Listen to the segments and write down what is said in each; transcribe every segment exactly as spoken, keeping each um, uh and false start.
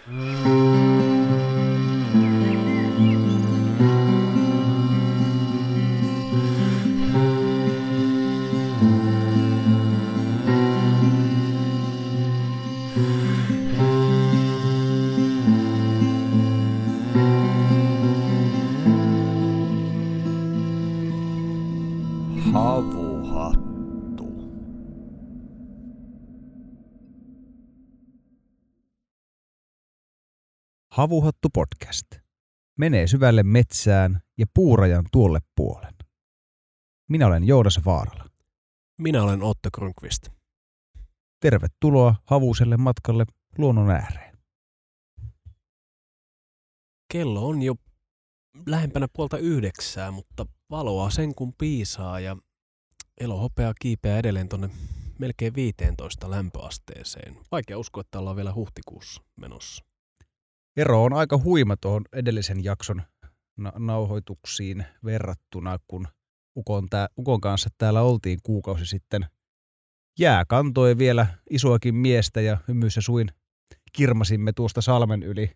Havuhattu. Havuhattu podcast. Menee syvälle metsään ja puurajan tuolle puolen. Minä olen Joonas Vaarala. Minä olen Otto Grönqvist. Tervetuloa havuiselle matkalle luonnon ääreen. Kello on jo lähempänä puolta yhdeksää, mutta valoa sen kun piisaa ja elohopea kiipeää edelleen tonne melkein viiteentoista lämpöasteeseen. Vaikea uskoa, että ollaan vielä huhtikuussa menossa. Ero on aika huima tuohon edellisen jakson na- nauhoituksiin verrattuna, kun Ukon, tää, Ukon kanssa täällä oltiin kuukausi sitten. Jää kantoi vielä isoakin miestä ja hymyssä suin kirmasimme tuosta salmen yli.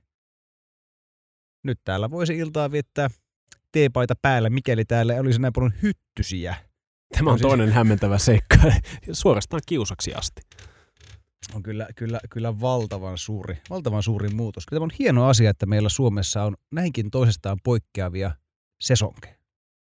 Nyt täällä voisi iltaa viettää teepaita päällä, mikäli täällä olisi näin paljon hyttysiä. Tämä on siis toinen hämmentävä seikka, suorastaan kiusaksi asti. On kyllä, kyllä, kyllä valtavan suuri, valtavan suuri muutos. Tämä on hieno asia, että meillä Suomessa on näinkin toisestaan poikkeavia sesonkeja.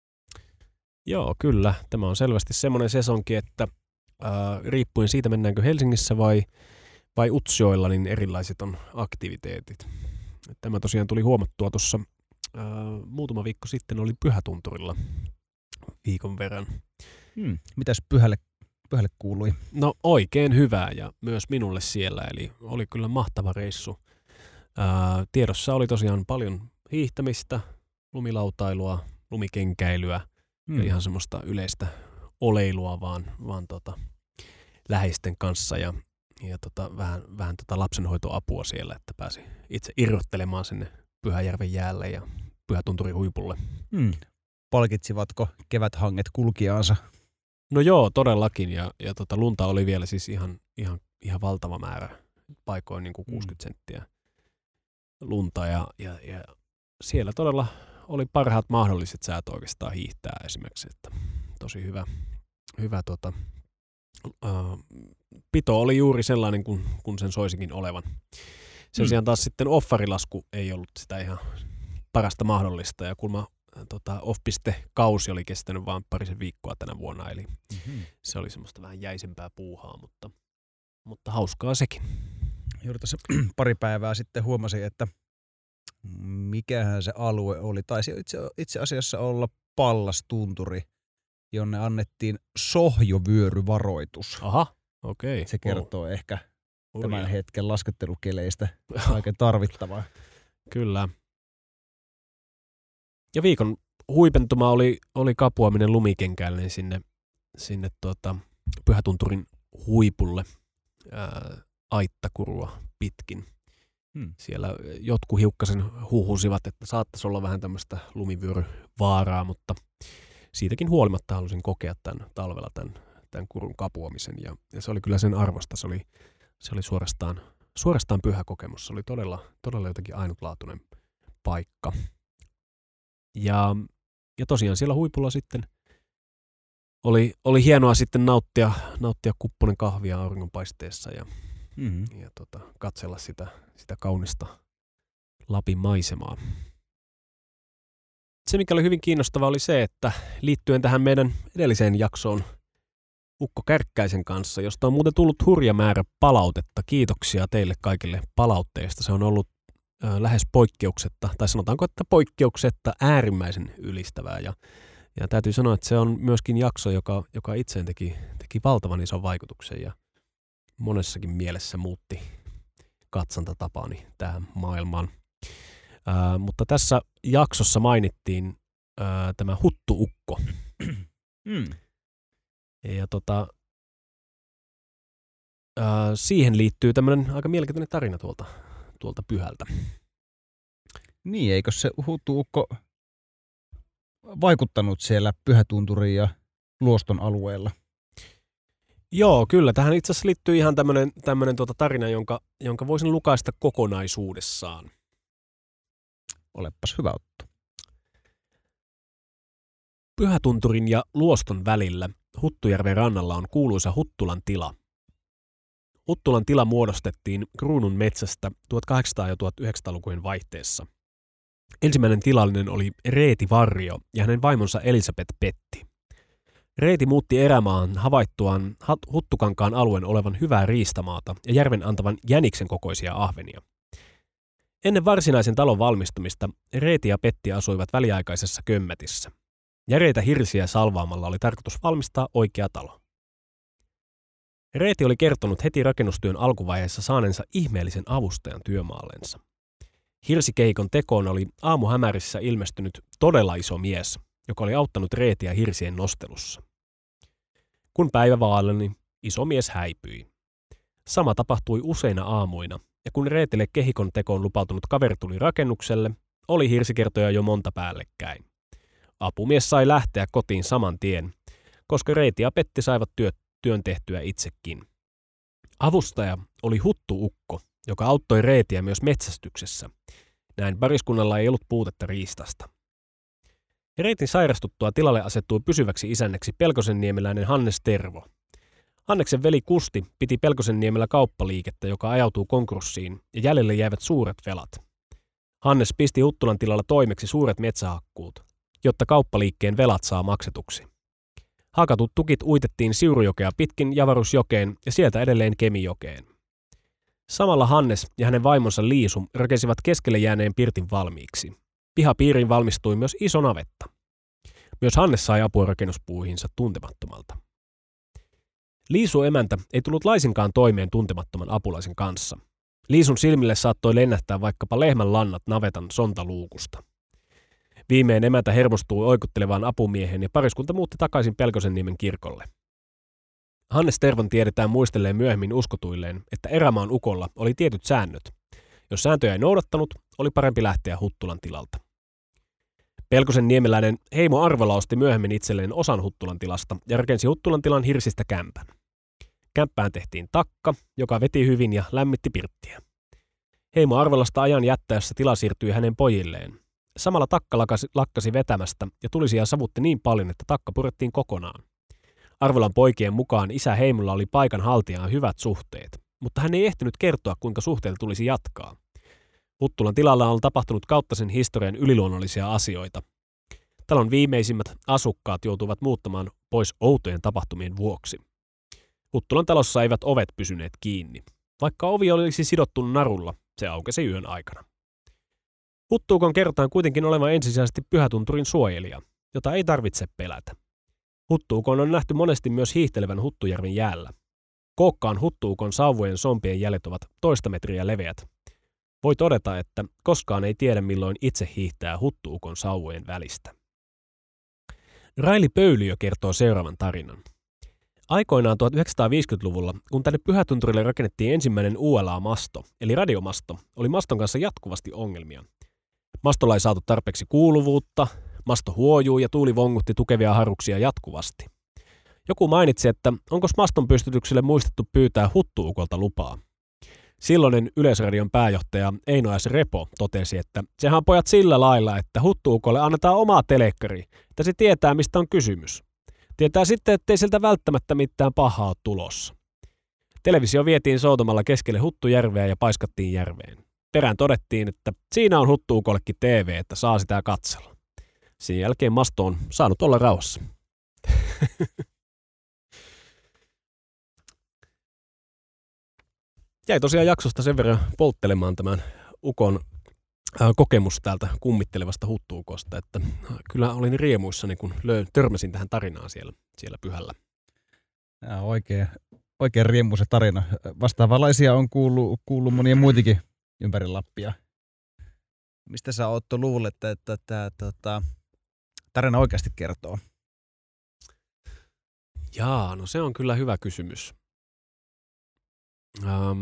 Joo, kyllä. Tämä on selvästi semmoinen sesonki, että ää, riippuen siitä, mennäänkö Helsingissä vai, vai Utsjoella, niin erilaiset on aktiviteetit. Tämä tosiaan tuli huomattua tuossa muutama viikko sitten, oli Pyhätunturilla viikon verran. Hmm. Mitäs pyhälle, pyhälle kuului? No oikein hyvää ja myös minulle siellä, eli oli kyllä mahtava reissu. Ää, tiedossa oli tosiaan paljon hiihtämistä, lumilautailua, lumikenkäilyä Hmm. ja ihan semmoista yleistä oleilua vaan, vaan tota, läheisten kanssa ja, ja tota, vähän, vähän tota lapsenhoitoapua siellä, että pääsi itse irrottelemaan sinne Pyhäjärven jäälle ja Pyhätunturin huipulle. Hmm. Palkitsivatko keväthanget kulkijaansa? No joo, todellakin. Ja, ja tota, lunta oli vielä siis ihan, ihan, ihan valtava määrä, paikoin niin kuin kuusikymmentä senttiä lunta. Ja, ja, ja siellä todella oli parhaat mahdolliset säät oikeastaan hiihtää esimerkiksi. Että tosi hyvä, hyvä tota, ää, pito oli juuri sellainen, kun, kun sen soisikin olevan. Sen Hmm. sijaan taas sitten offarilasku ei ollut sitä ihan parasta mahdollista. Ja kun mä Tota, off-piste-kausi oli kestänyt vain parisen viikkoa tänä vuonna, eli Mm-hmm. se oli semmoista vähän jäisempää puuhaa, mutta, mutta hauskaa sekin. Juuri tässä pari päivää sitten huomasin, että mikähän se alue oli. Taisi itse, itse asiassa olla Pallastunturi, jonne annettiin sohjovyöryvaroitus. Aha, okei. Se kertoo oh. ehkä Hurjaa. tämän hetken laskettelukeleistä kaiken tarvittavaa. Kyllä. Ja viikon huipentuma oli, oli kapuaminen lumikenkäille sinne, sinne tuota, Pyhätunturin huipulle ää, aittakurua pitkin. Hmm. Siellä jotkut hiukkasen huhusivat, että saattaisi olla vähän tämmöistä lumivyöryvaaraa, mutta siitäkin huolimatta halusin kokea tämän talvella tämän, tämän kurun kapuamisen. Ja, ja se oli kyllä sen arvosta. Se oli, se oli suorastaan, suorastaan pyhä kokemus. Se oli todella, todella jotenkin ainutlaatuinen paikka. Ja, ja tosiaan siellä huipulla sitten oli, oli hienoa sitten nauttia, nauttia kupponen kahvia auringonpaisteessa ja, Mm-hmm. ja tota, katsella sitä, sitä kaunista Lapin maisemaa. Se, mikä oli hyvin kiinnostavaa, oli se, että liittyen tähän meidän edelliseen jaksoon Ukko Kärkkäisen kanssa, josta on muuten tullut hurja määrä palautetta. Kiitoksia teille kaikille palautteista. Se on ollut lähes poikkeuksetta, tai sanotaanko, että poikkeuksetta äärimmäisen ylistävää. Ja, ja täytyy sanoa, että se on myöskin jakso, joka, joka itseen teki, teki valtavan ison vaikutuksen ja monessakin mielessä muutti katsantatapani tähän maailmaan. Ää, mutta tässä jaksossa mainittiin ää, tämä Huttu-ukko. Mm. Ja tota, ää, siihen liittyy tämmöinen aika mielenkiintoinen tarina tuolta, tuolta Pyhältä. Niin, eikö se Huttu-ukko vaikuttanut siellä Pyhätunturin ja Luoston alueella? Joo, kyllä. Tähän itse asiassa liittyy ihan tämmöinen, tämmöinen tuota tarina, jonka, jonka voisin lukaista kokonaisuudessaan. Olepas hyvä Otto. Pyhätunturin ja Luoston välillä Huttujärven rannalla on kuuluisa Huttulan tila. Huttulan tila muodostettiin kruunun metsästä tuhatkahdeksansataa- ja tuhatyhdeksänsataalukujen vaihteessa. Ensimmäinen tilallinen oli Reeti Varjo ja hänen vaimonsa Elisabeth Petti. Reeti muutti erämaahan havaittuaan Huttukankaan alueen olevan hyvää riistamaata ja järven antavan jäniksen kokoisia ahvenia. Ennen varsinaisen talon valmistumista Reeti ja Petti asuivat väliaikaisessa kömmätissä. Järeitä hirsiä salvaamalla oli tarkoitus valmistaa oikea talo. Reeti oli kertonut heti rakennustyön alkuvaiheessa saaneensa ihmeellisen avustajan työmaallensa. Hirsikeikon tekoon oli aamuhämärissä ilmestynyt todella iso mies, joka oli auttanut Reetiä hirsien nostelussa. Kun päivä vaaleni, iso mies häipyi. Sama tapahtui useina aamuina, ja kun Reetille kehikon tekoon lupautunut kaveri tuli rakennukselle, oli hirsikertoja jo monta päällekkäin. Apumies sai lähteä kotiin saman tien, koska Reeti ja Petti saivat työ, työn tehtyä itsekin. Avustaja oli Huttu-ukko, joka auttoi Reetiä myös metsästyksessä. Näin pariskunnalla ei ollut puutetta riistasta. Reetin sairastuttua tilalle asettui pysyväksi isännäksi Pelkosenniemeläinen Hannes Tervo. Hanneksen veli Kusti piti Pelkosenniemellä kauppaliikettä, joka ajautui konkurssiin, ja jäljelle jäivät suuret velat. Hannes pisti Huttulan tilalla toimeksi suuret metsähakkuut, jotta kauppaliikkeen velat saa maksetuksi. Hakatut tukit uitettiin Siurujokea pitkin Javarusjokeen ja sieltä edelleen Kemijokeen. Samalla Hannes ja hänen vaimonsa Liisu rakensivat keskelle jääneen pirtin valmiiksi. Pihapiiriin valmistui myös iso navetta. Myös Hannes sai apua rakennuspuuhinsa tuntemattomalta. Liisu emäntä ei tullut laisinkaan toimeen tuntemattoman apulaisen kanssa. Liisun silmille saattoi lennähtää vaikkapa lehmän lannat navetan sontaluukusta. Viimein emäntä hermostui oikuttelevaan apumiehen ja pariskunta muutti takaisin Pelkosenniemen kirkolle. Hannes Tervon tiedetään muistelleen myöhemmin uskotuilleen, että erämaan ukolla oli tietyt säännöt. Jos sääntöjä ei noudattanut, oli parempi lähteä Huttulan tilalta. Pelkosenniemeläinen Heimo Arvola osti myöhemmin itselleen osan Huttulan tilasta ja rakensi Huttulan tilan hirsistä kämpän. Kämppään tehtiin takka, joka veti hyvin ja lämmitti pirttiä. Heimo Arvolasta ajan jättäessä tila siirtyi hänen pojilleen. Samalla takka lakkasi, lakkasi vetämästä ja tulisia savutti niin paljon, että takka purettiin kokonaan. Arvolan poikien mukaan isä Heimolla oli paikan haltijaan hyvät suhteet, mutta hän ei ehtinyt kertoa, kuinka suhteita tulisi jatkaa. Huttulan tilalla on tapahtunut kautta sen historian yliluonnollisia asioita. Talon viimeisimmät asukkaat joutuivat muuttamaan pois outojen tapahtumien vuoksi. Huttulan talossa eivät ovet pysyneet kiinni. Vaikka ovi olisi sidottu narulla, se aukesi yön aikana. Huttuukon kerrotaan kuitenkin olevan ensisijaisesti Pyhätunturin suojelija, jota ei tarvitse pelätä. Huttuukon on nähty monesti myös hiihtelevän Huttujärven jäällä. Kookkaan Huttuukon sauvojen sompien jäljet ovat toista metriä leveät. Voi todeta, että koskaan ei tiedä milloin itse hiihtää Huttuukon sauvojen välistä. Raili Pöyliö kertoo seuraavan tarinan. Aikoinaan tuhatyhdeksänsataaviisikymmentäluvulla, kun tänne Pyhätunturille rakennettiin ensimmäinen U L A-masto, eli radiomasto, oli maston kanssa jatkuvasti ongelmia. Mastolla ei saatu tarpeeksi kuuluvuutta, masto huojuu ja tuuli vongutti tukevia haruksia jatkuvasti. Joku mainitsi, että onko maston pystytykselle muistettu pyytää Huttuukolta lupaa. Silloinen Yleisradion pääjohtaja Eino S. Repo totesi, että sehän on pojat sillä lailla, että Huttuukolle annetaan oma telekkari, että se tietää mistä on kysymys. Tietää sitten, ettei sieltä välttämättä mitään pahaa ole tulossa. Televisio vietiin soutamalla keskelle Huttujärveä ja paiskattiin järveen. Perään todettiin, että siinä on Huttuukollekin T V, että saa sitä katsella. Sen jälkeen masto on saanut olla rauhassa. Jäi tosiaan jaksosta sen verran polttelemaan tämän ukon äh, kokemus täältä kummittelevasta Huttuukosta, että kyllä olin riemuissani, kun löy, törmäsin tähän tarinaan siellä, siellä pyhällä. Ja oikein, oikein riemuisa tarina. Vastaavanlaisia on kuullut, kuullut monia muitakin ympäri Lappia. Mistä sä Otto luulet, että tämä tota, tarina oikeasti kertoo? Jaa, no se on kyllä hyvä kysymys. Um,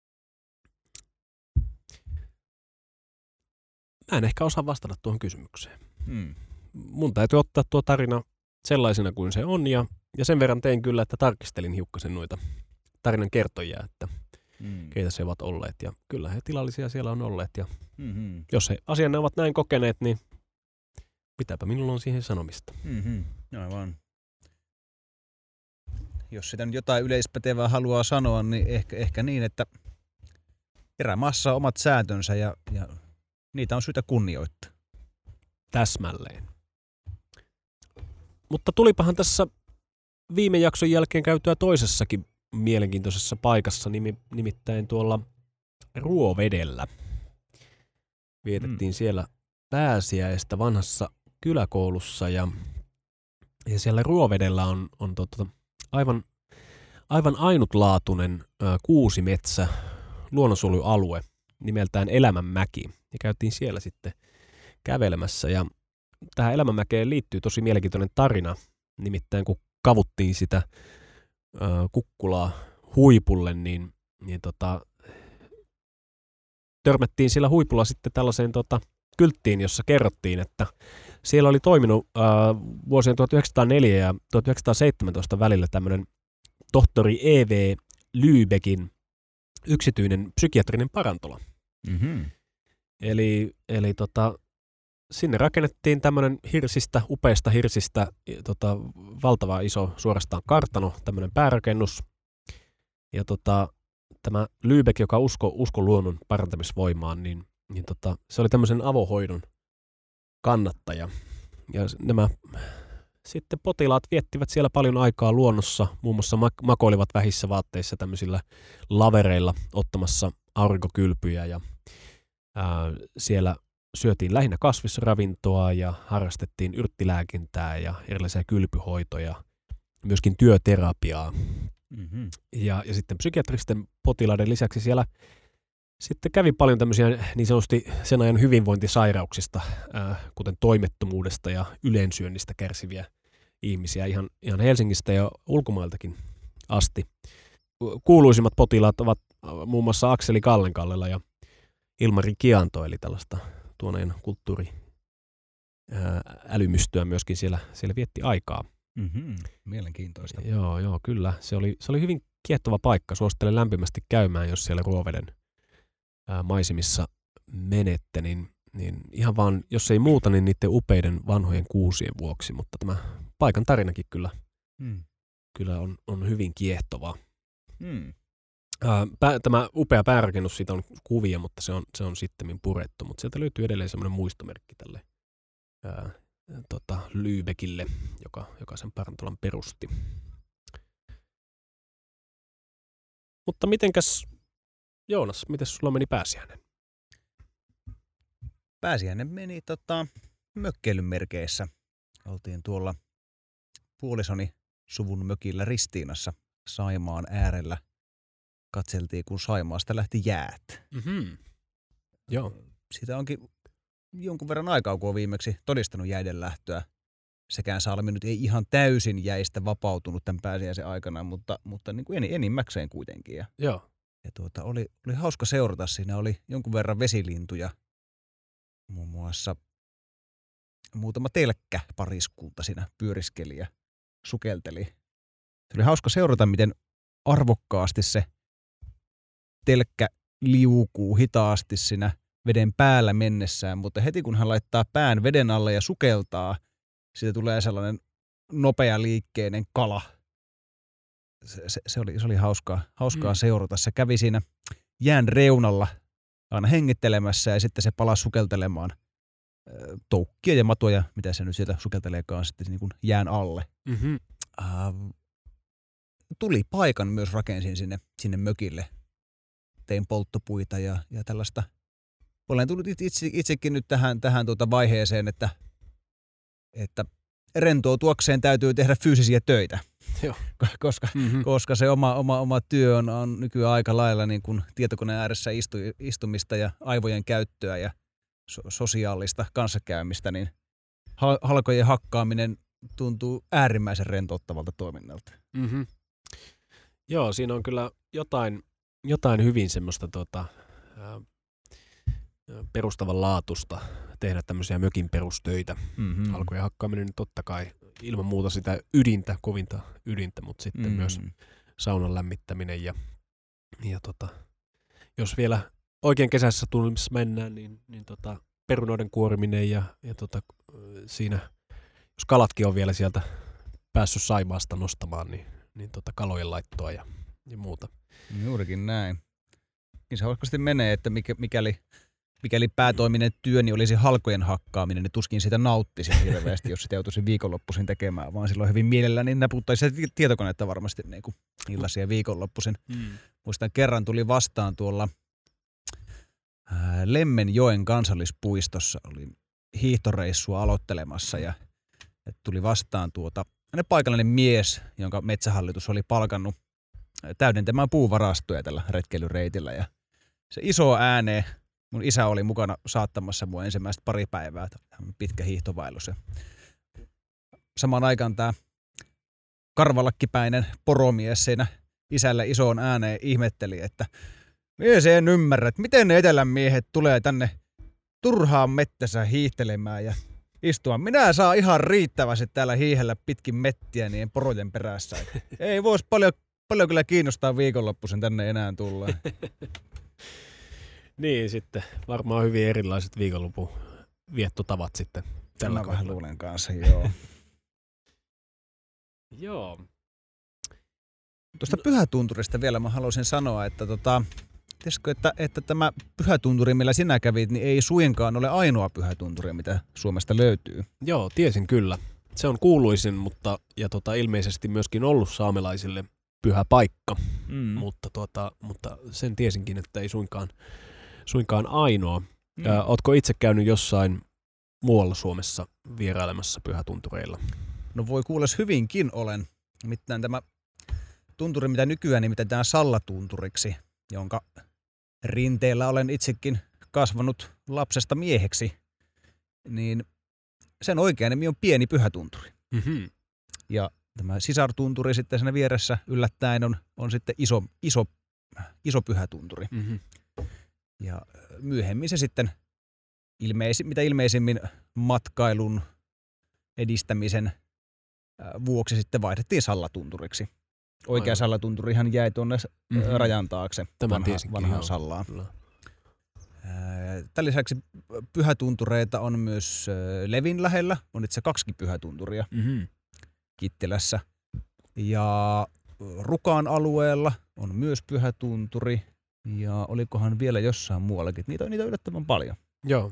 mä en ehkä osaa vastata tuohon kysymykseen. Hmm. Mun täytyy ottaa tuo tarina sellaisena kuin se on ja ja sen verran tein kyllä, että tarkistelin hiukkasen noita tarinan kertojia, että Mm. keitä se ovat olleet. Ja kyllä he tilallisia siellä on olleet. Ja Mm-hmm. jos he asian ovat näin kokeneet, niin mitäpä minulla on siihen sanomista. Mm-hmm. Aivan. Jos sitä nyt jotain yleispätevää haluaa sanoa, niin ehkä, ehkä niin, että erämaassa on omat sääntönsä ja, ja niitä on syytä kunnioittaa. Täsmälleen. Mutta tulipahan tässä viime jakson jälkeen käytyä toisessakin mielenkiintoisessa paikassa, nimi, nimittäin tuolla Ruovedellä. Vietettiin mm. siellä pääsiäistä vanhassa kyläkoulussa ja, ja siellä Ruovedellä on, on tota, aivan, aivan ainutlaatuinen ä, kuusimetsä luonnonsuojelualue nimeltään Elämänmäki. Ja käytiin siellä sitten kävelemässä ja tähän Elämänmäkeen liittyy tosi mielenkiintoinen tarina, nimittäin kun kavuttiin sitä ä, kukkulaa huipulle, niin, niin tota, törmättiin sillä huipulla sitten tällaiseen tota, kylttiin, jossa kerrottiin, että siellä oli toiminut ä, vuosien tuhatyhdeksänsataaneljä ja tuhatyhdeksänsataaseitsemäntoista välillä tämmöinen tohtori E V Lübeckin yksityinen psykiatrinen parantola. Mm-hmm. Eli, eli tota, sinne rakennettiin tämmöinen hirsistä, upeista hirsistä, tota, valtava iso suorastaan kartano, tämmöinen päärakennus. Ja tota, tämä Lübeck, joka usko, usko luonnon parantamisvoimaan, niin, niin tota, se oli tämmöisen avohoidon kannattaja. Ja nämä sitten potilaat viettivät siellä paljon aikaa luonnossa, muun muassa mak- makoilivat vähissä vaatteissa tämmöisillä lavereilla ottamassa aurinkokylpyjä ja ää, siellä syötiin lähinnä kasvisravintoa ja harrastettiin yrttilääkintää ja erilaisia kylpyhoitoja, myöskin työterapiaa. Mm-hmm. Ja, ja sitten psykiatristen potilaiden lisäksi siellä sitten kävi paljon tämmöisiä niin sanotusti sen ajan hyvinvointisairauksista, ää, kuten toimettomuudesta ja yleensyönnistä kärsiviä ihmisiä ihan, ihan Helsingistä ja ulkomailtakin asti. Kuuluisimmat potilaat ovat muun muassa Akseli Kallenkallella ja Ilmari Kianto, eli tällaista tuon ajan kulttuuriälymystöä myöskin siellä, siellä vietti aikaa. Mm-hmm. Mielenkiintoista. Joo, joo, kyllä. Se oli, se oli hyvin kiehtova paikka. Suosittelen lämpimästi käymään, jos siellä Ruoveden ää, maisemissa menette, niin, niin ihan vaan, jos ei muuta, niin niiden upeiden vanhojen kuusien vuoksi, mutta tämä paikan tarinakin kyllä, mm. kyllä on, on hyvin kiehtovaa. Mm. Ää, pää, tämä upea päärakennus, siitä on kuvia, mutta se on, se on sittemmin purettu, mutta sieltä löytyy edelleen semmoinen muistomerkki tälle ää, tota, Lübeckille, joka, joka sen parantolan perusti. Mutta mitenkäs, Joonas, miten sulla meni pääsiäinen? Pääsiäinen meni tota, mökkeilyn merkeissä. Oltiin tuolla puolisoni suvun mökillä Ristiinassa Saimaan äärellä. Katseltiin, kun Saimaasta lähti jäät. Mm-hmm. Joo. Siitä onkin jonkun verran aikaa, kun on viimeksi todistanut jäiden lähtöä. Sekään Salmi nyt ei ihan täysin jäistä vapautunut tämän pääsiäisen aikana, mutta, mutta niin kuin enimmäkseen kuitenkin. Ja, Joo. ja tuota, oli, oli hauska seurata. Siinä oli jonkun verran vesilintuja. Muun muassa muutama telkkä pariskunta siinä pyöriskeli ja sukelteli. Se oli hauska seurata, miten arvokkaasti se telkkä liukuu hitaasti siinä veden päällä mennessään, mutta heti kun hän laittaa pään veden alle ja sukeltaa, siitä tulee sellainen nopea liikkeinen kala. Se, se, se, oli, se oli hauskaa, hauskaa mm. seurata. Se kävi siinä jään reunalla aina hengittelemässä ja sitten se palasi sukeltelemaan toukkia ja matoja, mitä se nyt sieltä sukelteleekaan sitten niin kuin jään alle. Mm-hmm. Uh, tuli paikan myös rakensin sinne, sinne mökille. Tein polttopuita ja, ja tällaista. Olen tullut itse, itsekin nyt tähän, tähän tuota vaiheeseen, että, että rentoutuakseen täytyy tehdä fyysisiä töitä. Joo. Koska, mm-hmm. koska se oma, oma, oma työ on, on nykyään aika lailla niin kuin tietokoneen ääressä istu, istumista ja aivojen käyttöä ja so, sosiaalista kanssakäymistä, niin halkojen hakkaaminen tuntuu äärimmäisen rentouttavalta toiminnalta. Mm-hmm. Joo, siinä on kyllä jotain, jotain hyvin semmoista tota, ää, perustavanlaatusta tehdä tämmöisiä mökin perustöitä. Mm-hmm. Halkojen hakkaaminen totta kai ilman muuta sitä ydintä, kovinta ydintä, mutta sitten Mm. myös saunan lämmittäminen ja, ja tota, jos vielä oikein kesässä tunnelmissa mennään, niin, niin tota, perunoiden kuoriminen ja, ja tota, siinä, jos kalatkin on vielä sieltä päässyt Saimaasta nostamaan, niin, niin tota, kalojen laittoa ja, ja muuta. Juurikin näin. Niin se helposti menee, että mikä, mikäli, mikäli päätoiminen työni olisi halkojen hakkaaminen, niin tuskin sitä nauttisi hirveästi, jos sitä joutuisi viikonloppuisin tekemään, vaan silloin hyvin mielelläni naputtaisi sitä tietokonetta varmasti niin kuin illaisia viikonloppuisin. Mm. Muistan kerran tuli vastaan tuolla ää, Lemmenjoen kansallispuistossa, olin hiihtoreissua aloittelemassa ja tuli vastaan tuota paikallinen mies, jonka metsähallitus oli palkannut täydentämään puuvarastoja tällä retkeilyreitillä ja se iso ääneen, mun isä oli mukana saattamassa mua ensimmäistä pari päivää, pitkä hiihtovaellus ja samaan aikaan tämä karvalakkipäinen poromies siinä isälle isoon ääneen ihmetteli, että mies en ymmärrä, että miten ne etelän miehet tulee tänne turhaan mettässä hiihtelemään ja istua. Minä saan ihan riittävästi täällä hiihellä pitkin mettiä niin porojen perässä. Ei vois paljon, paljon kyllä kiinnostaa viikonloppuisen tänne enää tulla. Niin, sitten varmaan hyvin erilaiset viikonlopun viettotavat sitten. Tällä vähän luulen kanssa, joo. Joo. Tuosta Pyhätunturista vielä mä haluaisin sanoa, että tota, tiesitkö, että, että tämä Pyhätunturi, millä sinä kävit, niin ei suinkaan ole ainoa Pyhätunturi, mitä Suomesta löytyy. Joo, tiesin kyllä. Se on kuuluisin, mutta ja tota, ilmeisesti myöskin ollut saamelaisille pyhä paikka, mm. mutta, tota, mutta sen tiesinkin, että ei suinkaan, suinkaan ainoa. Mm. Ö, ootko itse käynyt jossain muualla Suomessa vierailemassa Pyhätuntureilla? No voi kuules, hyvinkin olen. Nimittäin tämä tunturi, mitä nykyään nimitetään Sallatunturiksi, jonka rinteellä olen itsekin kasvanut lapsesta mieheksi, niin sen oikea nimi on Pieni Pyhätunturi. Mm-hmm. Ja tämä sisartunturi sitten siinä vieressä yllättäen on, on sitten iso, iso, iso Pyhätunturi. Mm-hmm. Ja myöhemmin se sitten ilmeisi, mitä ilmeisimmin matkailun edistämisen vuoksi sitten vaihdettiin Sallatunturiksi. Oikea Sallatunturihan jäi tuonne mm-hmm. rajan taakse vanha, vanhaan Sallaan. Tämän lisäksi pyhätuntureita on myös Levin lähellä. On itse kaksikin pyhätunturia mm-hmm. Kittilässä. Ja Rukaan alueella on myös pyhätunturi. Ja olikohan vielä jossain muuallakin. Niitä on, niitä on yllättävän paljon. Joo.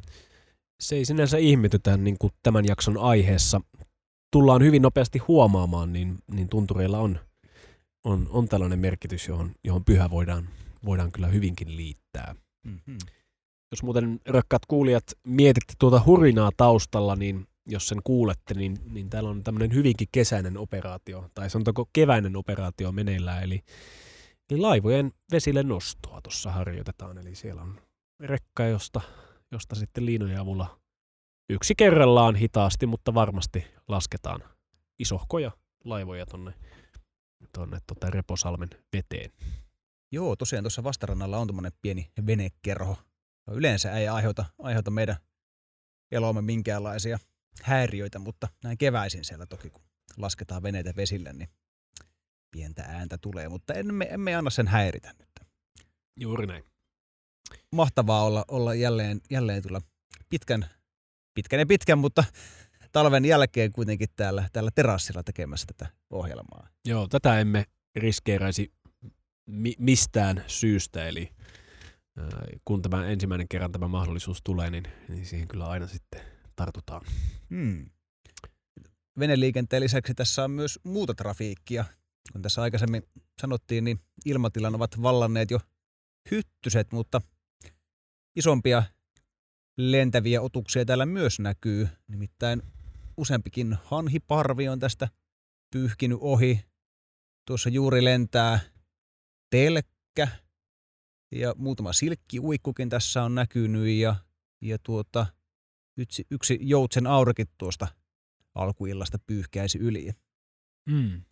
Se ei sinänsä ihmetytä niin kuin tämän jakson aiheessa. Tullaan hyvin nopeasti huomaamaan, niin, niin tuntureilla on, on, on tällainen merkitys, johon, johon pyhä voidaan, voidaan kyllä hyvinkin liittää. Mm-hmm. Jos muuten, rakkaat kuulijat, mietitte tuota hurinaa taustalla, niin jos sen kuulette, niin, niin täällä on tämmöinen hyvinkin kesäinen operaatio, tai sanotaanko keväinen operaatio meneillään, eli, eli laivojen vesille nostoa tuossa harjoitetaan. Eli siellä on rekka, josta, josta sitten liinojen avulla yksi kerrallaan hitaasti, mutta varmasti lasketaan isohkoja laivoja tonne, tonne tota Reposalmen veteen. Joo, tosiaan tuossa vastarannalla on tommonen pieni venekerho. Yleensä ei aiheuta, aiheuta meidän eloomme minkäänlaisia häiriöitä, mutta näin keväisin siellä toki, kun lasketaan veneitä vesille, niin pientä ääntä tulee, mutta emme, emme anna sen häiritä nyt. Juuri näin. Mahtavaa olla, olla jälleen, jälleen tulla pitkän, pitkän ja pitkän, mutta talven jälkeen kuitenkin täällä, täällä terassilla tekemässä tätä ohjelmaa. Joo, tätä emme riskeeraisi mi- mistään syystä, eli äh, kun tämä ensimmäinen kerran tämä mahdollisuus tulee, niin, niin siihen kyllä aina sitten tartutaan. Hmm. Veneliikenteen lisäksi tässä on myös muuta trafiikkia. Kun tässä aikaisemmin sanottiin, niin ilmatilan ovat vallanneet jo hyttyset, mutta isompia lentäviä otuksia täällä myös näkyy. Nimittäin useampikin hanhiparvi on tästä pyyhkinyt ohi. Tuossa juuri lentää telkkä ja muutama silkkiuikkukin tässä on näkynyt ja, ja tuota, yksi, yksi joutsen aurakin tuosta alkuillasta pyyhkäisi yli. Hmm.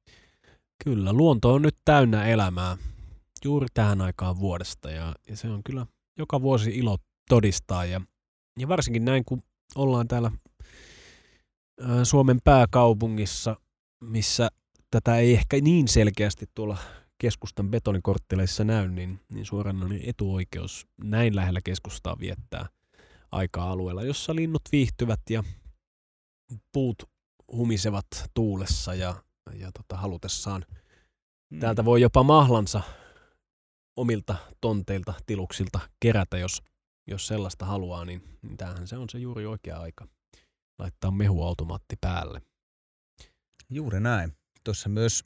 Kyllä, luonto on nyt täynnä elämää juuri tähän aikaan vuodesta ja, ja se on kyllä joka vuosi ilo todistaa ja, ja varsinkin näin kun ollaan täällä Suomen pääkaupungissa, missä tätä ei ehkä niin selkeästi tuolla keskustan betonikortteleissa näy, niin, niin suoranainen etuoikeus näin lähellä keskustaa viettää aikaa alueella, jossa linnut viihtyvät ja puut humisevat tuulessa ja, ja tota, halutessaan. Hmm. Täältä voi jopa mahlansa omilta tonteilta, tiluksilta kerätä, jos, jos sellaista haluaa, niin, niin tämähän se on se juuri oikea aika laittaa mehuautomaatti päälle. Juuri näin. Tuossa myös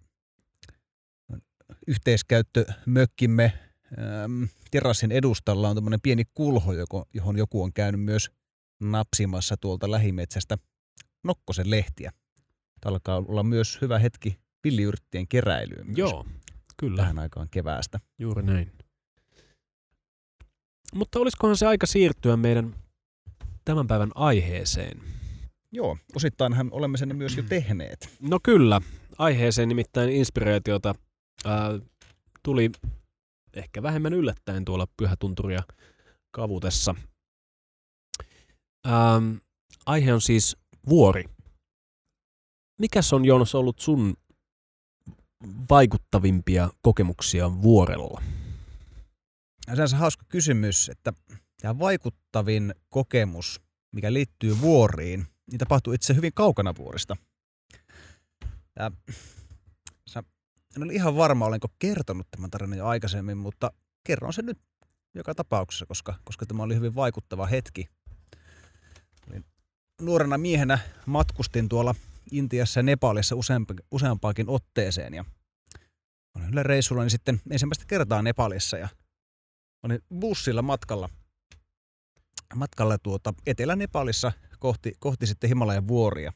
yhteiskäyttömökkimme äm, terassin edustalla on tämmöinen pieni kulho, johon joku on käynyt myös napsimassa tuolta lähimetsästä nokkosen lehtiä. Tämä alkaa olla myös hyvä hetki villiyrttien keräilyyn myös. Joo, kyllä. Tähän aikaan keväästä. Juuri näin. Mutta olisikohan se aika siirtyä meidän tämän päivän aiheeseen? Joo, osittainhan olemme sen myös jo tehneet. No kyllä, aiheeseen nimittäin inspiraatiota ää, tuli ehkä vähemmän yllättäen tuolla Pyhätunturia kavutessa. Ää, aihe on siis vuori. Mikäs on, Joonas, ollut sun vaikuttavimpia kokemuksia vuorella? Se on se hauska kysymys, että tämä vaikuttavin kokemus, mikä liittyy vuoriin, niin tapahtuu itse hyvin kaukana vuorista. Ja, en ole ihan varma, olenko kertonut tämän tarinan jo aikaisemmin, mutta kerron sen nyt joka tapauksessa, koska, koska tämä oli hyvin vaikuttava hetki. Nuorena miehenä matkustin tuolla Intiassa ja Nepalissa useampa, useampaakin otteeseen ja olin yllä reissulla niin sitten ensimmäistä kertaa Nepalissa ja olin bussilla matkalla, matkalla tuota Etelä-Nepalissa kohti, kohti sitten Himalajan vuoria.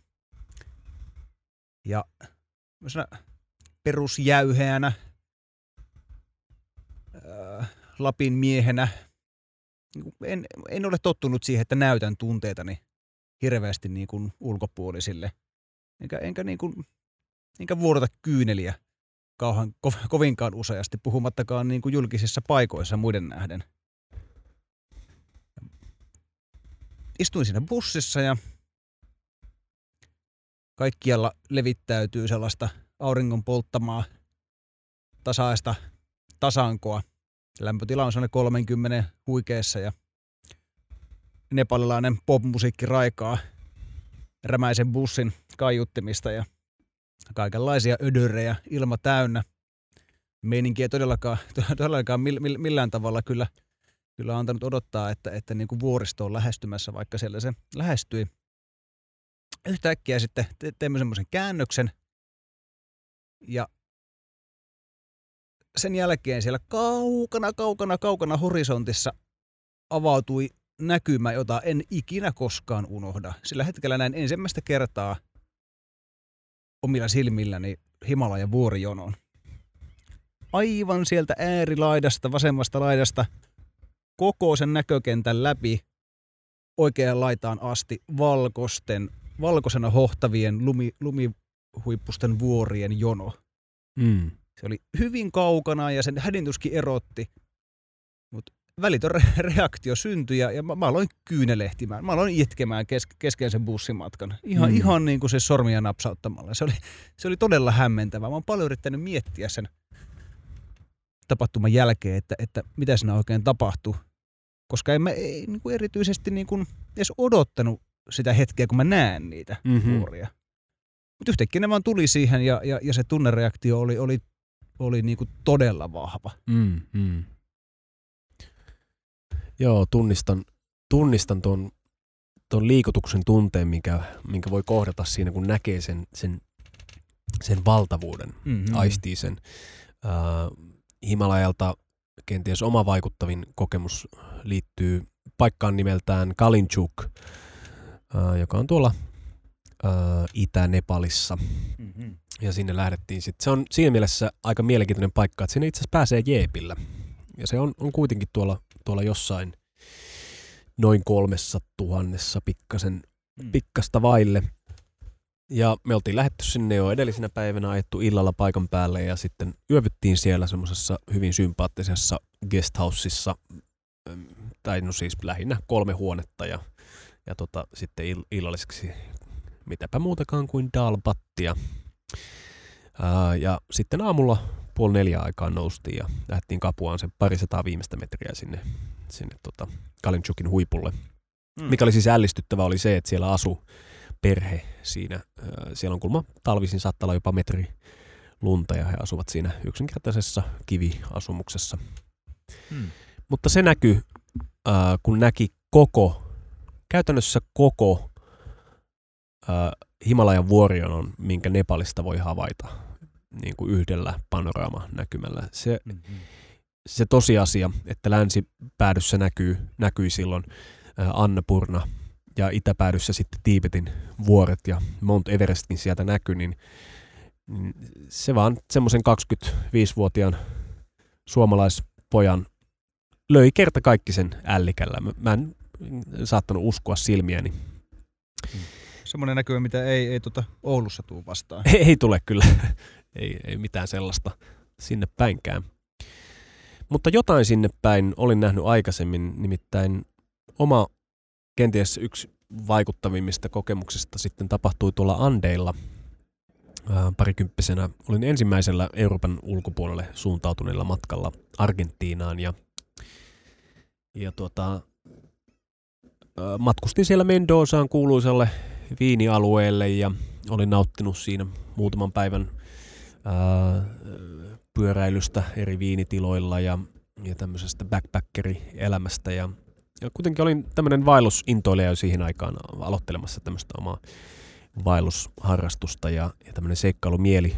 Ja perusjäyheänä, ää, Lapin miehenä, en, en ole tottunut siihen, että näytän tunteitani hirveästi niin kuin ulkopuolisille. Enkä, enkä, niin kuin, enkä vuodota kyyneliä kauhan, ko, kovinkaan useasti, puhumattakaan niin kuin julkisissa paikoissa muiden nähden. Istuin siinä bussissa ja kaikkialla levittäytyy sellaista auringon polttamaa tasaista tasankoa. Lämpötila on sellainen kolmekymmentä huikeessa ja nepalilainen popmusiikki raikaa rämäisen bussin kaiuttimista ja kaikenlaisia ödörejä, ilma täynnä. Meininki ei todellakaan, todellakaan millään tavalla kyllä, kyllä antanut odottaa, että, että niin kuin vuoristo on lähestymässä, vaikka siellä se lähestyi. Yhtäkkiä sitten te- teemme semmoisen käännöksen ja sen jälkeen siellä kaukana, kaukana, kaukana horisontissa avautui näkymä, jota en ikinä koskaan unohda. Sillä hetkellä näin ensimmäistä kertaa omilla silmilläni Himalajan vuorijonon. Aivan sieltä äärilaidasta, vasemmasta laidasta, koko sen näkökentän läpi oikeaan laitaan asti valkoisten, valkoisena hohtavien lumi, lumihuippusten vuorien jono. Mm. Se oli hyvin kaukana ja sen hädintuskin erotti, mutta välitön reaktio syntyi ja, ja mä, mä aloin kyynelehtimään. Mä aloin itkemään kes, kesken sen bussimatkan. Ihan, mm. ihan niin kuin se sormia napsauttamalla. Se oli, se oli todella hämmentävää. Mä oon paljon yrittänyt miettiä sen tapahtuman jälkeen, että, että mitä siinä oikein tapahtui. Koska en mä ei, niin kuin erityisesti niin kuin edes odottanut sitä hetkeä, kun mä näen niitä mm-hmm. vuoria. Mutta yhtäkkiä ne vaan tuli siihen ja, ja, ja se tunnereaktio oli, oli, oli niin kuin todella vahva. Mm, mm. Joo, tunnistan, tunnistan tuon, tuon liikutuksen tunteen, minkä, minkä voi kohdata siinä, kun näkee sen, sen, sen valtavuuden, mm-hmm. aistii sen. Äh, Himalajalta kenties oma vaikuttavin kokemus liittyy paikkaan nimeltään Kalinchuk, äh, joka on tuolla äh, Itä-Nepalissa. Mm-hmm. Ja sinne lähdettiin sitten. Se on siinä mielessä aika mielenkiintoinen paikka, että sinne itse asiassa pääsee jeepillä. Ja se on, on kuitenkin tuolla, tuolla jossain noin kolmessa tuhannessa pikkasen, mm. pikkasta vaille. Ja me oltiin lähdetty sinne jo edellisenä päivänä, ajettu illalla paikan päälle ja sitten yövyttiin siellä semmoisessa hyvin sympaattisessa guesthouseissa, tai no siis lähinnä kolme huonetta ja, ja tota, sitten ill- illalliseksi mitäpä muutakaan kuin dalbattia. Ää, ja sitten aamulla puoli neljä aikaan noustiin ja lähdettiin Kapuaan sen parisataa viimeistä metriä sinne, sinne tota Kalinchukin huipulle. Mm. Mikä oli siis ällistyttävä oli se, että siellä asui perhe siinä. Ää, siellä on kulma talvisin saattaa olla jopa metri lunta ja he asuvat siinä yksinkertaisessa kiviasumuksessa. Hmm. Mutta se näkyi, äh, kun näki koko, käytännössä koko äh, Himalajan vuorion, minkä Nepalista voi havaita niin kuin yhdellä panoraama-näkymällä. Se, mm-hmm. se tosiasia, että länsipäädyssä näkyy, näkyi silloin äh, Annapurna ja itäpäädyssä sitten Tiibetin vuoret ja Mount Everestkin sieltä näkyi, niin se vaan semmoisen kaksikymmentäviisivuotiaan suomalaispojan löi kerta kaikki sen ällikällä. Mä en saattanut uskoa silmiäni. Semmoinen näkymä, mitä ei, ei tuota Oulussa tule vastaan. Ei, ei tule kyllä. ei, ei mitään sellaista sinne päinkään. Mutta jotain sinne päin olin nähnyt aikaisemmin, nimittäin oma kenties yksi vaikuttavimmista kokemuksista sitten tapahtui tuolla Andeilla. Parikymppisenä olin ensimmäisellä Euroopan ulkopuolelle suuntautuneella matkalla Argentiinaan ja, ja tuota, matkustin siellä Mendozaan kuuluisalle viinialueelle ja olin nauttinut siinä muutaman päivän ää, pyöräilystä eri viinitiloilla ja, ja tämmöisestä backpackeri-elämästä ja, ja kuitenkin olin tämmöinen vaellusintoilija jo siihen aikaan aloittelemassa tämmöistä omaa vaellusharrastusta ja, ja tämmöinen seikkailumieli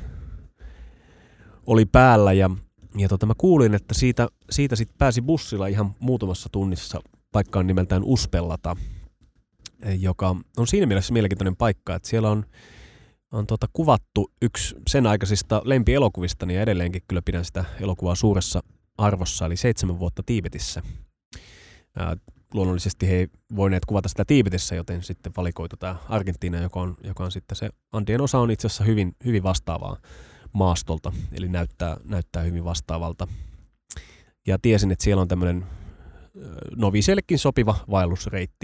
oli päällä ja, ja tota, mä kuulin, että siitä, siitä sitten pääsi bussilla ihan muutamassa tunnissa paikkaan nimeltään Uspellata, joka on siinä mielessä mielenkiintoinen paikka, että siellä on, on tota, kuvattu yksi sen aikaisista lempielokuvistani ja edelleenkin kyllä pidän sitä elokuvaa suuressa arvossa, eli seitsemän vuotta Tiibetissä. Ää, luonnollisesti he ei voineet kuvata sitä Tiibetissä, joten sitten valikoitu tämä Argentiina, joka on, joka on sitten se Andien osa on itse asiassa hyvin, hyvin vastaavaa maastolta, eli näyttää, näyttää hyvin vastaavalta. Ja tiesin, että siellä on tämmöinen noviiseillekin sopiva vaellusreitti.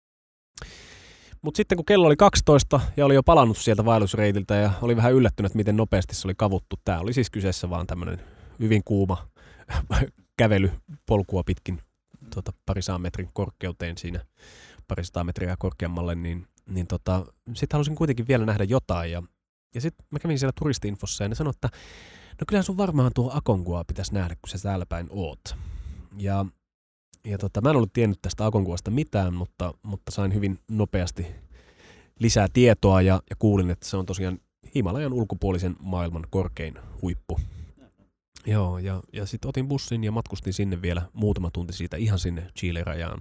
Mutta sitten kun kello oli kaksitoista ja oli jo palannut sieltä vaellusreitiltä ja oli vähän yllättynyt, miten nopeasti se oli kavuttu. Tämä oli siis kyseessä vaan tämmöinen hyvin kuuma kävelypolkua pitkin tuota, parisadan metrin korkeuteen siinä parisataa metriä korkeammalle, niin, niin tota, sitten halusin kuitenkin vielä nähdä jotain. Ja, ja sitten mä kävin siellä turisti-infossa ja ne sanoi, että no kyllähän sun varmaan tuo Akongua pitäisi nähdä, kun sä täällä päin oot. Ja, ja tota, mä en ollut tiennyt tästä Akonguasta mitään, mutta, mutta sain hyvin nopeasti lisää tietoa ja, ja kuulin, että se on tosiaan Himalajan ulkopuolisen maailman korkein huippu. Joo, ja, ja sitten otin bussin ja matkustin sinne vielä muutama tunti siitä ihan sinne Chile-rajaan.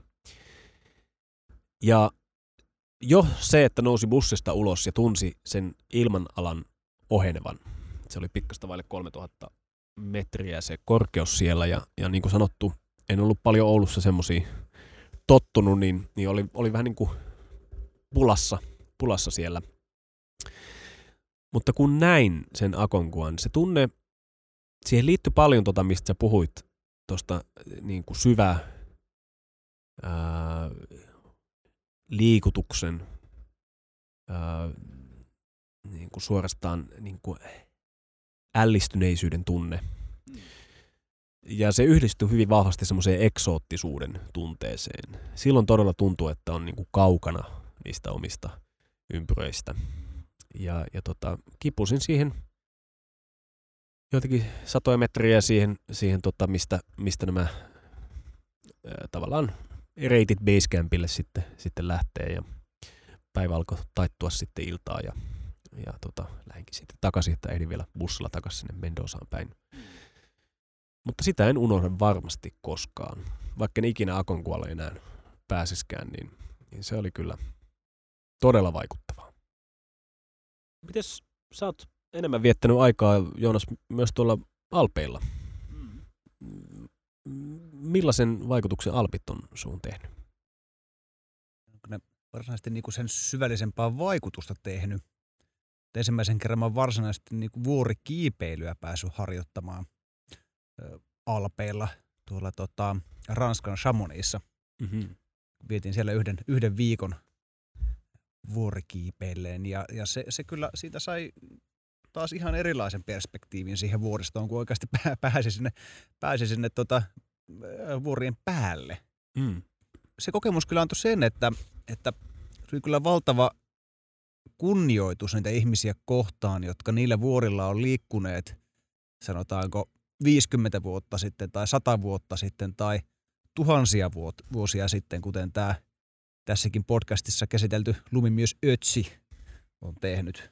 Ja jo se, että nousi bussista ulos ja tunsi sen ilmanalan ohenevan. Se oli pikkasta vaille kolmetuhatta metriä se korkeus siellä ja, ja niin kuin sanottu, en ollut paljon Oulussa semmosia tottunut, niin, niin oli, oli vähän niin kuin pulassa, pulassa siellä. Mutta kun näin sen Akonguan, se tunne, siihen liittyi paljon tota, mistä sä puhuit, tuosta niin kuin syvä ää, liikutuksen, ää, niin kuin suorastaan niin kuin ällistyneisyyden tunne. Ja se yhdistyi hyvin vahvasti semmoiseen eksoottisuuden tunteeseen. Silloin todella tuntuu, että on niin kuin kaukana niistä omista ympyröistä. Ja, ja tota, kipusin siihen joitakin satoja metriä siihen, siihen tota, mistä, mistä nämä ää, tavallaan reitit basecampille sitten, sitten lähtee. Ja päivä alkoi taittua sitten iltaa ja, ja tota, lähdinkin sitten takaisin, että ehdin vielä bussilla takaisin sinne Mendozaan päin. Mutta sitä en unohda varmasti koskaan. Vaikka en ikinä Akongualle enää pääsiskään, niin, niin se oli kyllä todella vaikuttavaa. Mites sä oot enemmän viettänyt aikaa, Joonas, myös tuolla Alpeilla? Millaisen vaikutuksen Alpit on suun tehnyt? Onko ne varsinaisesti niinku sen syvällisempää vaikutusta tehnyt? Ensimmäisen kerran mä varsinaisesti niinku vuorikiipeilyä päässyt harjoittamaan Alpeilla tuolla tota, Ranskan Chamonixissa. Mm-hmm. Vietin siellä yhden, yhden viikon vuorikiipeilleen. Ja, ja se, se kyllä siitä sai taas ihan erilaisen perspektiivin siihen vuoristoon, kun oikeasti pääsi sinne, pääsi sinne tota, vuorien päälle. Mm. Se kokemus kyllä antoi sen, että, että oli kyllä valtava kunnioitus niitä ihmisiä kohtaan, jotka niillä vuorilla on liikkuneet, sanotaanko viisikymmentä vuotta sitten tai sata vuotta sitten tai tuhansia vuosia sitten, kuten tämä tässäkin podcastissa käsitelty lumimies Ötzi on tehnyt.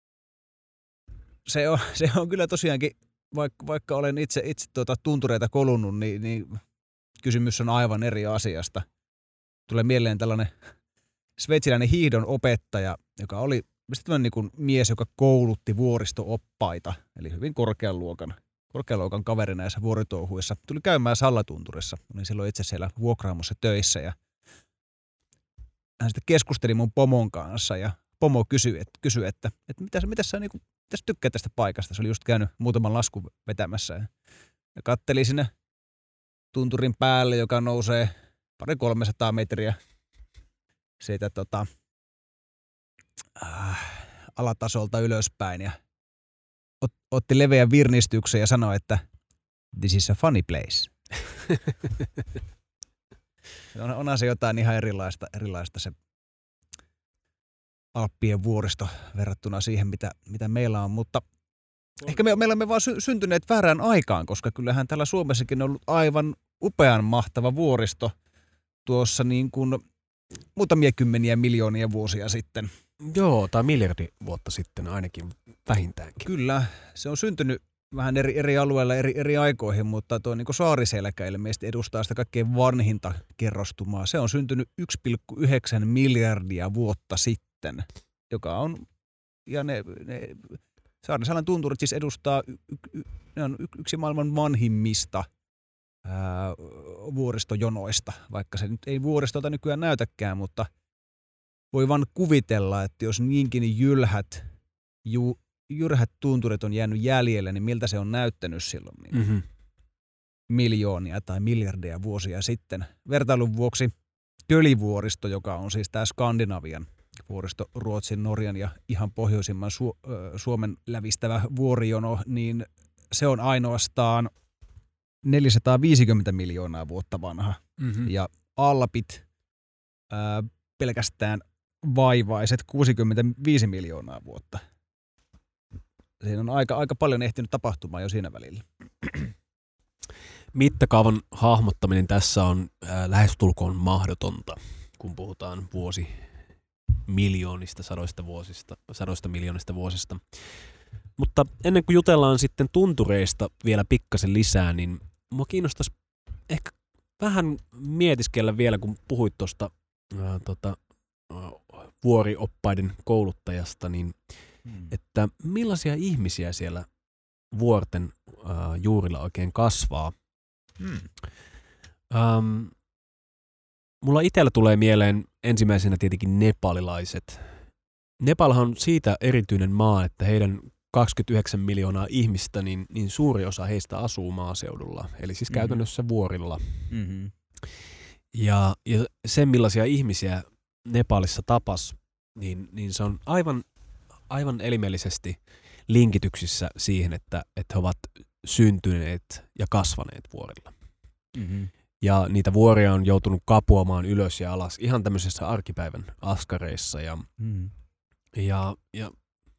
Se on, se on kyllä tosiaankin, vaikka, vaikka olen itse, itse tuota tuntureita kolunnut, niin, niin kysymys on aivan eri asiasta. Tulee mieleen tällainen sveitsiläinen hiihdon opettaja, joka oli niin kuin mies, joka koulutti vuoristo-oppaita, eli hyvin korkean luokan, korkean luokan kaveri näissä vuoritouhuissa. Tuli käymään Sallatunturissa. Olin silloin itse siellä vuokraamossa töissä ja hän sitten keskusteli mun pomon kanssa ja pomo kysyi, että, kysyi, että, että mitä, mitä sä niin kuin, mitä sä tykkää tästä paikasta. Se oli just käynyt muutaman laskun vetämässä ja, ja katteli sinne tunturin päälle, joka nousee pari kolmesataa metriä siitä tota, äh, alatasolta ylöspäin ja ot, otti leveän virnistyksen ja sanoi, että this is a funny place. on, onhan se jotain ihan erilaista, erilaista se Alppien vuoristo verrattuna siihen, mitä, mitä meillä on, mutta ehkä me, me olemme vaan sy- syntyneet väärään aikaan, koska kyllähän täällä Suomessakin on ollut aivan upean mahtava vuoristo tuossa niin kuin muutamia kymmeniä miljoonia vuosia sitten. Joo, tai miljardi vuotta sitten ainakin vähintäänkin. Kyllä, se on syntynyt vähän eri, eri alueilla eri, eri aikoihin, mutta tuo niin kuin saariselkä ilmeisesti edustaa sitä kaikkein vanhinta kerrostumaa. Se on syntynyt yksi pilkku yhdeksän miljardia vuotta sitten, joka on, ja ne, ne Saariselän tunturit siis edustaa, y, y, ne on yksi maailman vanhimmista ää, vuoristojonoista, vaikka se nyt ei vuoristolta nykyään näytäkään, mutta voi vaan kuvitella, että jos niinkin jylhät, ju, jyrhät tunturit on jäänyt jäljelle, niin miltä se on näyttänyt silloin niin Mm-hmm. miljoonia tai miljardeja vuosia sitten. Vertailun vuoksi Kölivuoristo, joka on siis tämä Skandinavian vuoristo, Ruotsin, Norjan ja ihan pohjoisimman Su- Suomen lävistävä vuorijono, niin se on ainoastaan neljäsataaviisikymmentä miljoonaa vuotta vanha. Mm-hmm. Ja Alpit ää, pelkästään vaivaiset kuusikymmentäviisi miljoonaa vuotta. Siinä on aika, aika paljon ehtinyt tapahtumaan jo siinä välillä. Mittakaavan hahmottaminen tässä on äh, lähestulkoon mahdotonta, kun puhutaan vuosi miljoonista, sadoista vuosista, sadoista miljoonista vuosista. Mutta ennen kuin jutellaan sitten tuntureista vielä pikkasen lisää, niin mua kiinnostaisi ehkä vähän mietiskellä vielä, kun puhuit tuosta äh, tota, äh, vuorioppaiden kouluttajasta, niin hmm. että millaisia ihmisiä siellä vuorten äh, juurilla oikein kasvaa. Hmm. Ähm, mulla itsellä tulee mieleen ensimmäisenä tietenkin nepalilaiset. Nepalhan on siitä erityinen maa, että heidän kaksikymmentäyhdeksän miljoonaa ihmistä, niin, niin suuri osa heistä asuu maaseudulla, eli siis mm-hmm. käytännössä vuorilla. Mm-hmm. Ja, ja se, millaisia ihmisiä Nepalissa tapas, niin, niin se on aivan, aivan elimellisesti linkityksissä siihen, että, että he ovat syntyneet ja kasvaneet vuorilla. Mm-hmm. Ja niitä vuoria on joutunut kapuamaan ylös ja alas ihan tämmöisessä arkipäivän askareissa. Ja, mm-hmm. ja, ja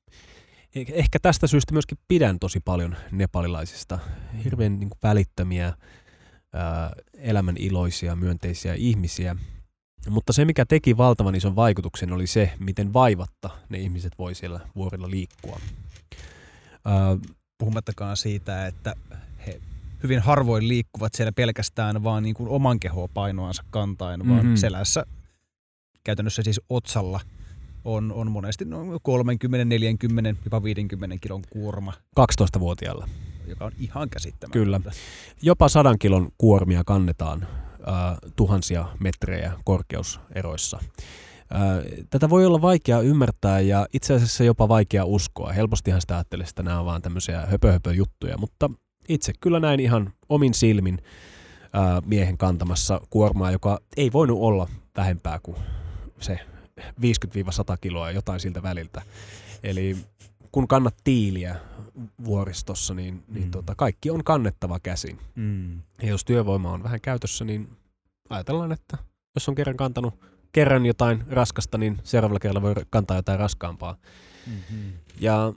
ehkä tästä syystä myöskin pidän tosi paljon nepalilaisista. Hirveän niin kuin välittömiä, ää, elämän iloisia, myönteisiä ihmisiä. Mutta se, mikä teki valtavan ison vaikutuksen, oli se, miten vaivatta ne ihmiset voi siellä vuorilla liikkua. Ää, Puhumattakaan siitä, että he hyvin harvoin liikkuvat siellä pelkästään vaan niin kuin oman kehoa painoansa kantain, vaan mm-hmm. selässä, käytännössä siis otsalla, on, on monesti noin kolmekymmentä, neljäkymmentä, jopa viisikymmentä kilon kuorma. kaksitoistavuotiaalla. Joka on ihan käsittämätöntä. Kyllä. Jopa sadan kilon kuormia kannetaan äh, tuhansia metrejä korkeuseroissa. Äh, tätä voi olla vaikea ymmärtää ja itse asiassa jopa vaikea uskoa. Helpostihan sitä ajattelee, että nämä on vaan tämmöisiä höpö-höpö-juttuja, mutta itse kyllä näin ihan omin silmin äh, miehen kantamassa kuormaa, joka ei voinut olla vähempää kuin se viisikymmentä sata kiloa, jotain siltä väliltä. Eli kun kannat tiiliä vuoristossa, niin, niin Mm. tota, kaikki on kannettava käsin. Mm. Ja jos työvoima on vähän käytössä, niin ajatellaan, että jos on kerran kantanut kerran jotain raskasta, niin seuraavalla kerralla voi kantaa jotain raskaampaa. Mm-hmm. Ja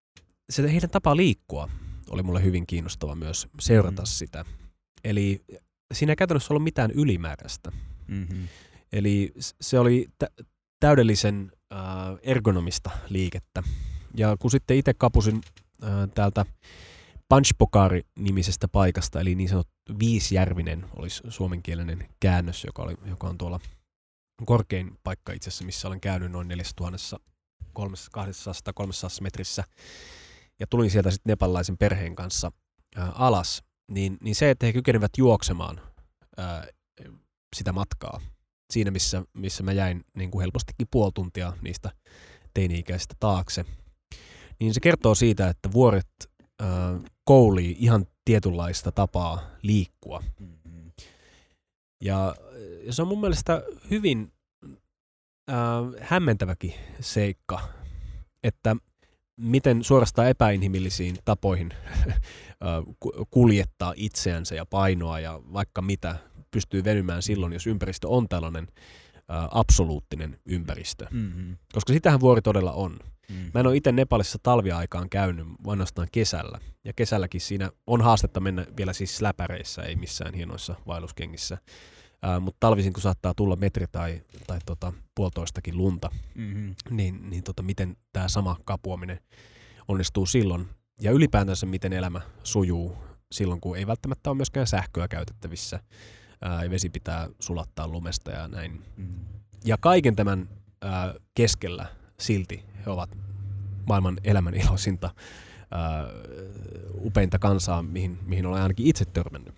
se heidän tapa liikkua oli mulle hyvin kiinnostava myös seurata Mm. sitä. Eli siinä ei käytännössä ollut mitään ylimääräistä. Mm-hmm. Eli se oli tä- täydellisen äh, ergonomista liikettä. Ja kun sitten itse kapusin äh, täältä Panchpokari-nimisestä paikasta, eli niin sanottu Viisjärvinen olisi suomenkielinen käännös, joka, oli, joka on tuolla korkein paikka itse asiassa, missä olen käynyt noin neljätuhatta kaksisataa kolmesataa metrissä. Ja tulin sieltä sitten nepalilaisen perheen kanssa ää, alas, niin, niin se, että he kykenivät juoksemaan ää, sitä matkaa siinä, missä, missä mä jäin niin kuin helpostikin puoli tuntia niistä teini-ikäisistä taakse, niin se kertoo siitä, että vuoret ää, koulii ihan tietynlaista tapaa liikkua. Mm-hmm. Ja, ja se on mun mielestä hyvin äh, hämmentäväkin seikka, että miten suorastaan epäinhimillisiin tapoihin äh, kuljettaa itseänsä ja painoa ja vaikka mitä pystyy venymään silloin, jos ympäristö on tällainen äh, absoluuttinen ympäristö. Mm-hmm. Koska sitähän vuori todella on. Mm-hmm. Mä en ole itse Nepalissa talviaikaan käynyt, ainoastaan kesällä. Ja kesälläkin siinä on haastetta mennä vielä siis läpäreissä, ei missään hienoissa vaelluskengissä. Ää, mutta talvisin, kun saattaa tulla metri tai, tai tota, puolitoistakin lunta, Mm-hmm. niin, niin tota, miten tämä sama kapuaminen onnistuu silloin. Ja ylipäätänsä miten elämä sujuu silloin, kun ei välttämättä ole myöskään sähköä käytettävissä. Ää, ja vesi pitää sulattaa lumesta ja näin. Mm-hmm. Ja kaiken tämän ää, keskellä silti he ovat maailman elämän iloisinta, ää, upeinta kansaa, mihin, mihin olen ainakin itse törmännyt.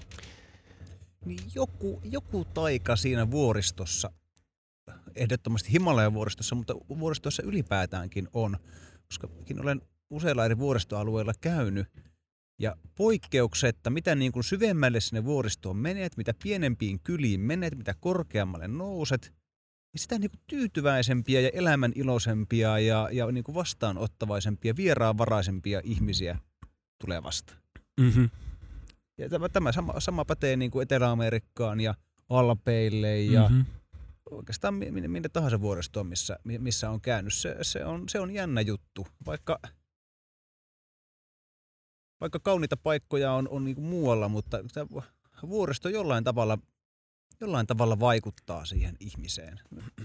Niin joku, joku taika siinä vuoristossa, ehdottomasti Himalajan vuoristossa, mutta vuoristossa ylipäätäänkin on, koska olen useilla eri vuoristoalueilla käynyt. Ja poikkeuksetta, mitä niin kuin syvemmälle sinne vuoristoon menet, mitä pienempiin kyliin menet, mitä korkeammalle nouset, niin sitä niin kuin tyytyväisempiä ja elämän iloisempia ja, ja niin kuin vastaanottavaisempia, vieraanvaraisempia ihmisiä tulee vastaan. Mm-hmm. Ja tämä, tämä sama, sama pätee niin kuin Etelä-Amerikkaan ja Alpeille ja Mm-hmm. oikeastaan minne, minne tahansa vuoristoon, missä, missä on käynyt. Se, se, on, se on jännä juttu, vaikka, vaikka kauniita paikkoja on, on niin kuin muualla, mutta vuoristo jollain tavalla, jollain tavalla vaikuttaa siihen ihmiseen.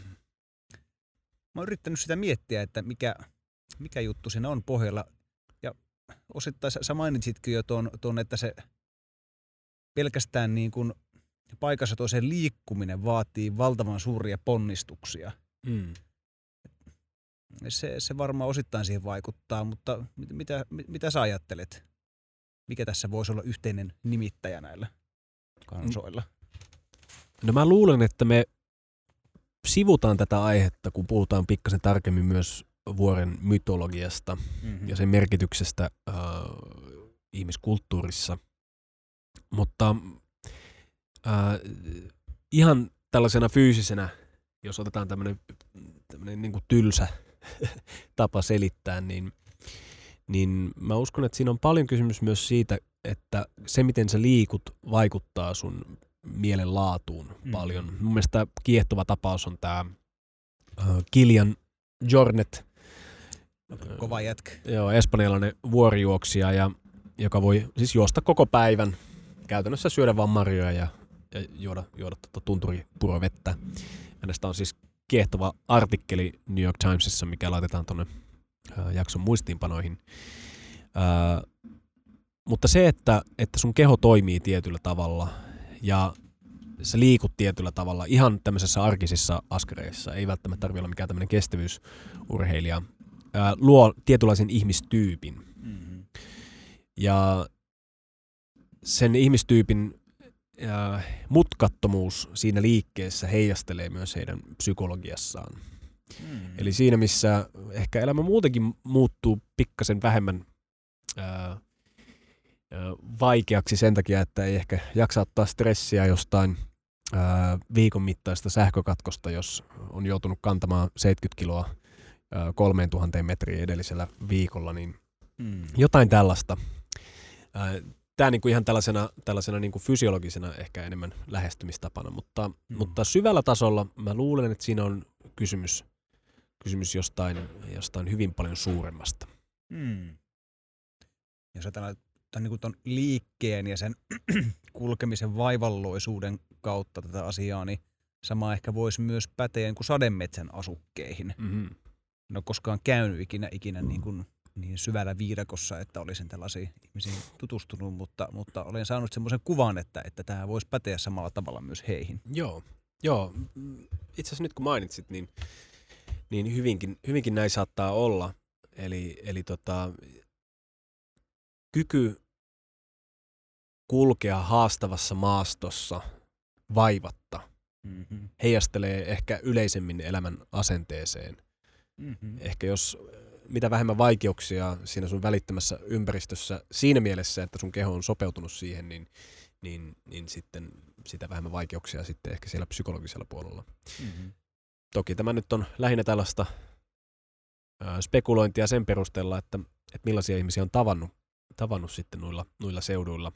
Mä oon yrittänyt sitä miettiä, että mikä, mikä juttu siinä on pohjalla. Ja osittain sä mainitsitkin jo tuon, tuon että se pelkästään niin kuin paikassa toiseen liikkuminen vaatii valtavan suuria ponnistuksia. Mm. Se, se varmaan osittain siihen vaikuttaa, mutta mitä, mitä sä ajattelet? Mikä tässä voisi olla yhteinen nimittäjä näillä kansoilla? No mä luulen, että me sivutaan tätä aihetta, kun puhutaan pikkasen tarkemmin myös vuoren mytologiasta Mm-hmm. ja sen merkityksestä äh, ihmiskulttuurissa. Mutta äh, ihan tällaisena fyysisenä, jos otetaan tämmöinen tämmöinen niin kuin tylsä tapa selittää, niin, niin mä uskon, että siinä on paljon kysymys myös siitä, että se, miten sä liikut, vaikuttaa sun mielen laatuun Mm. paljon. Mun mielestä kiehtova tapaus on tää äh, Kilian Jornet. Kova jätkä. Joo, espanjalainen vuorijuoksija, ja, joka voi siis juosta koko päivän, käytännössä syödä vaan marjoja ja, ja juoda, juoda tuota tunturipurovettä. Hänestä on siis kiehtova artikkeli New York Timesissa, mikä laitetaan tuonne äh, jakson muistiinpanoihin. Äh, mutta se, että, että sun keho toimii tietyllä tavalla ja sä liikut tietyllä tavalla ihan tämmöisessä arkisissa askareissa, ei välttämättä tarvitse olla mikään tämmöinen kestävyysurheilija, ää, luo tietynlaisen ihmistyypin. Mm-hmm. Ja sen ihmistyypin ää, mutkattomuus siinä liikkeessä heijastelee myös heidän psykologiassaan. Mm-hmm. Eli siinä, missä ehkä elämä muutenkin muuttuu pikkasen vähemmän ää, vaikeaksi sen takia, että ei ehkä jaksa ottaa stressiä jostain ää, viikon mittaista sähkökatkosta, jos on joutunut kantamaan seitsemänkymmentä kiloa ää, kolmetuhatta metriä edellisellä viikolla, niin mm. jotain tällaista. Ää, Tämä niinku ihan tällaisena, tällaisena niinku fysiologisena ehkä enemmän lähestymistapana, mutta, mm. mutta syvällä tasolla mä luulen, että siinä on kysymys, kysymys jostain, jostain hyvin paljon suuremmasta. Mm. Jos ajatellaan tämän, niin ton liikkeen ja sen kulkemisen vaivalloisuuden kautta tätä asiaa, niin sama ehkä voisi myös päteä niin kuin sademetsän asukkeihin. Mm-hmm. En ole koskaan käynyt ikinä, ikinä niin, kuin, niin syvällä viidakossa, että olisin tällaisiin ihmisiin tutustunut, mutta, mutta olen saanut semmoisen kuvan, että, että tämä voisi päteä samalla tavalla myös heihin. Joo, joo. Itse asiassa nyt kun mainitsit, niin, niin hyvinkin, hyvinkin näin saattaa olla. Eli, eli tota, kyky kulkea haastavassa maastossa vaivatta mm-hmm. heijastelee ehkä yleisemmin elämän asenteeseen. Mm-hmm. Ehkä jos mitä vähemmän vaikeuksia siinä sun välittömässä ympäristössä siinä mielessä, että sun keho on sopeutunut siihen, niin, niin, niin sitten sitä vähemmän vaikeuksia sitten ehkä siellä psykologisella puolella. Mm-hmm. Toki tämä nyt on lähinnä tällaista äh, spekulointia sen perusteella, että, että millaisia ihmisiä on tavannut, tavannut sitten noilla, noilla seuduilla.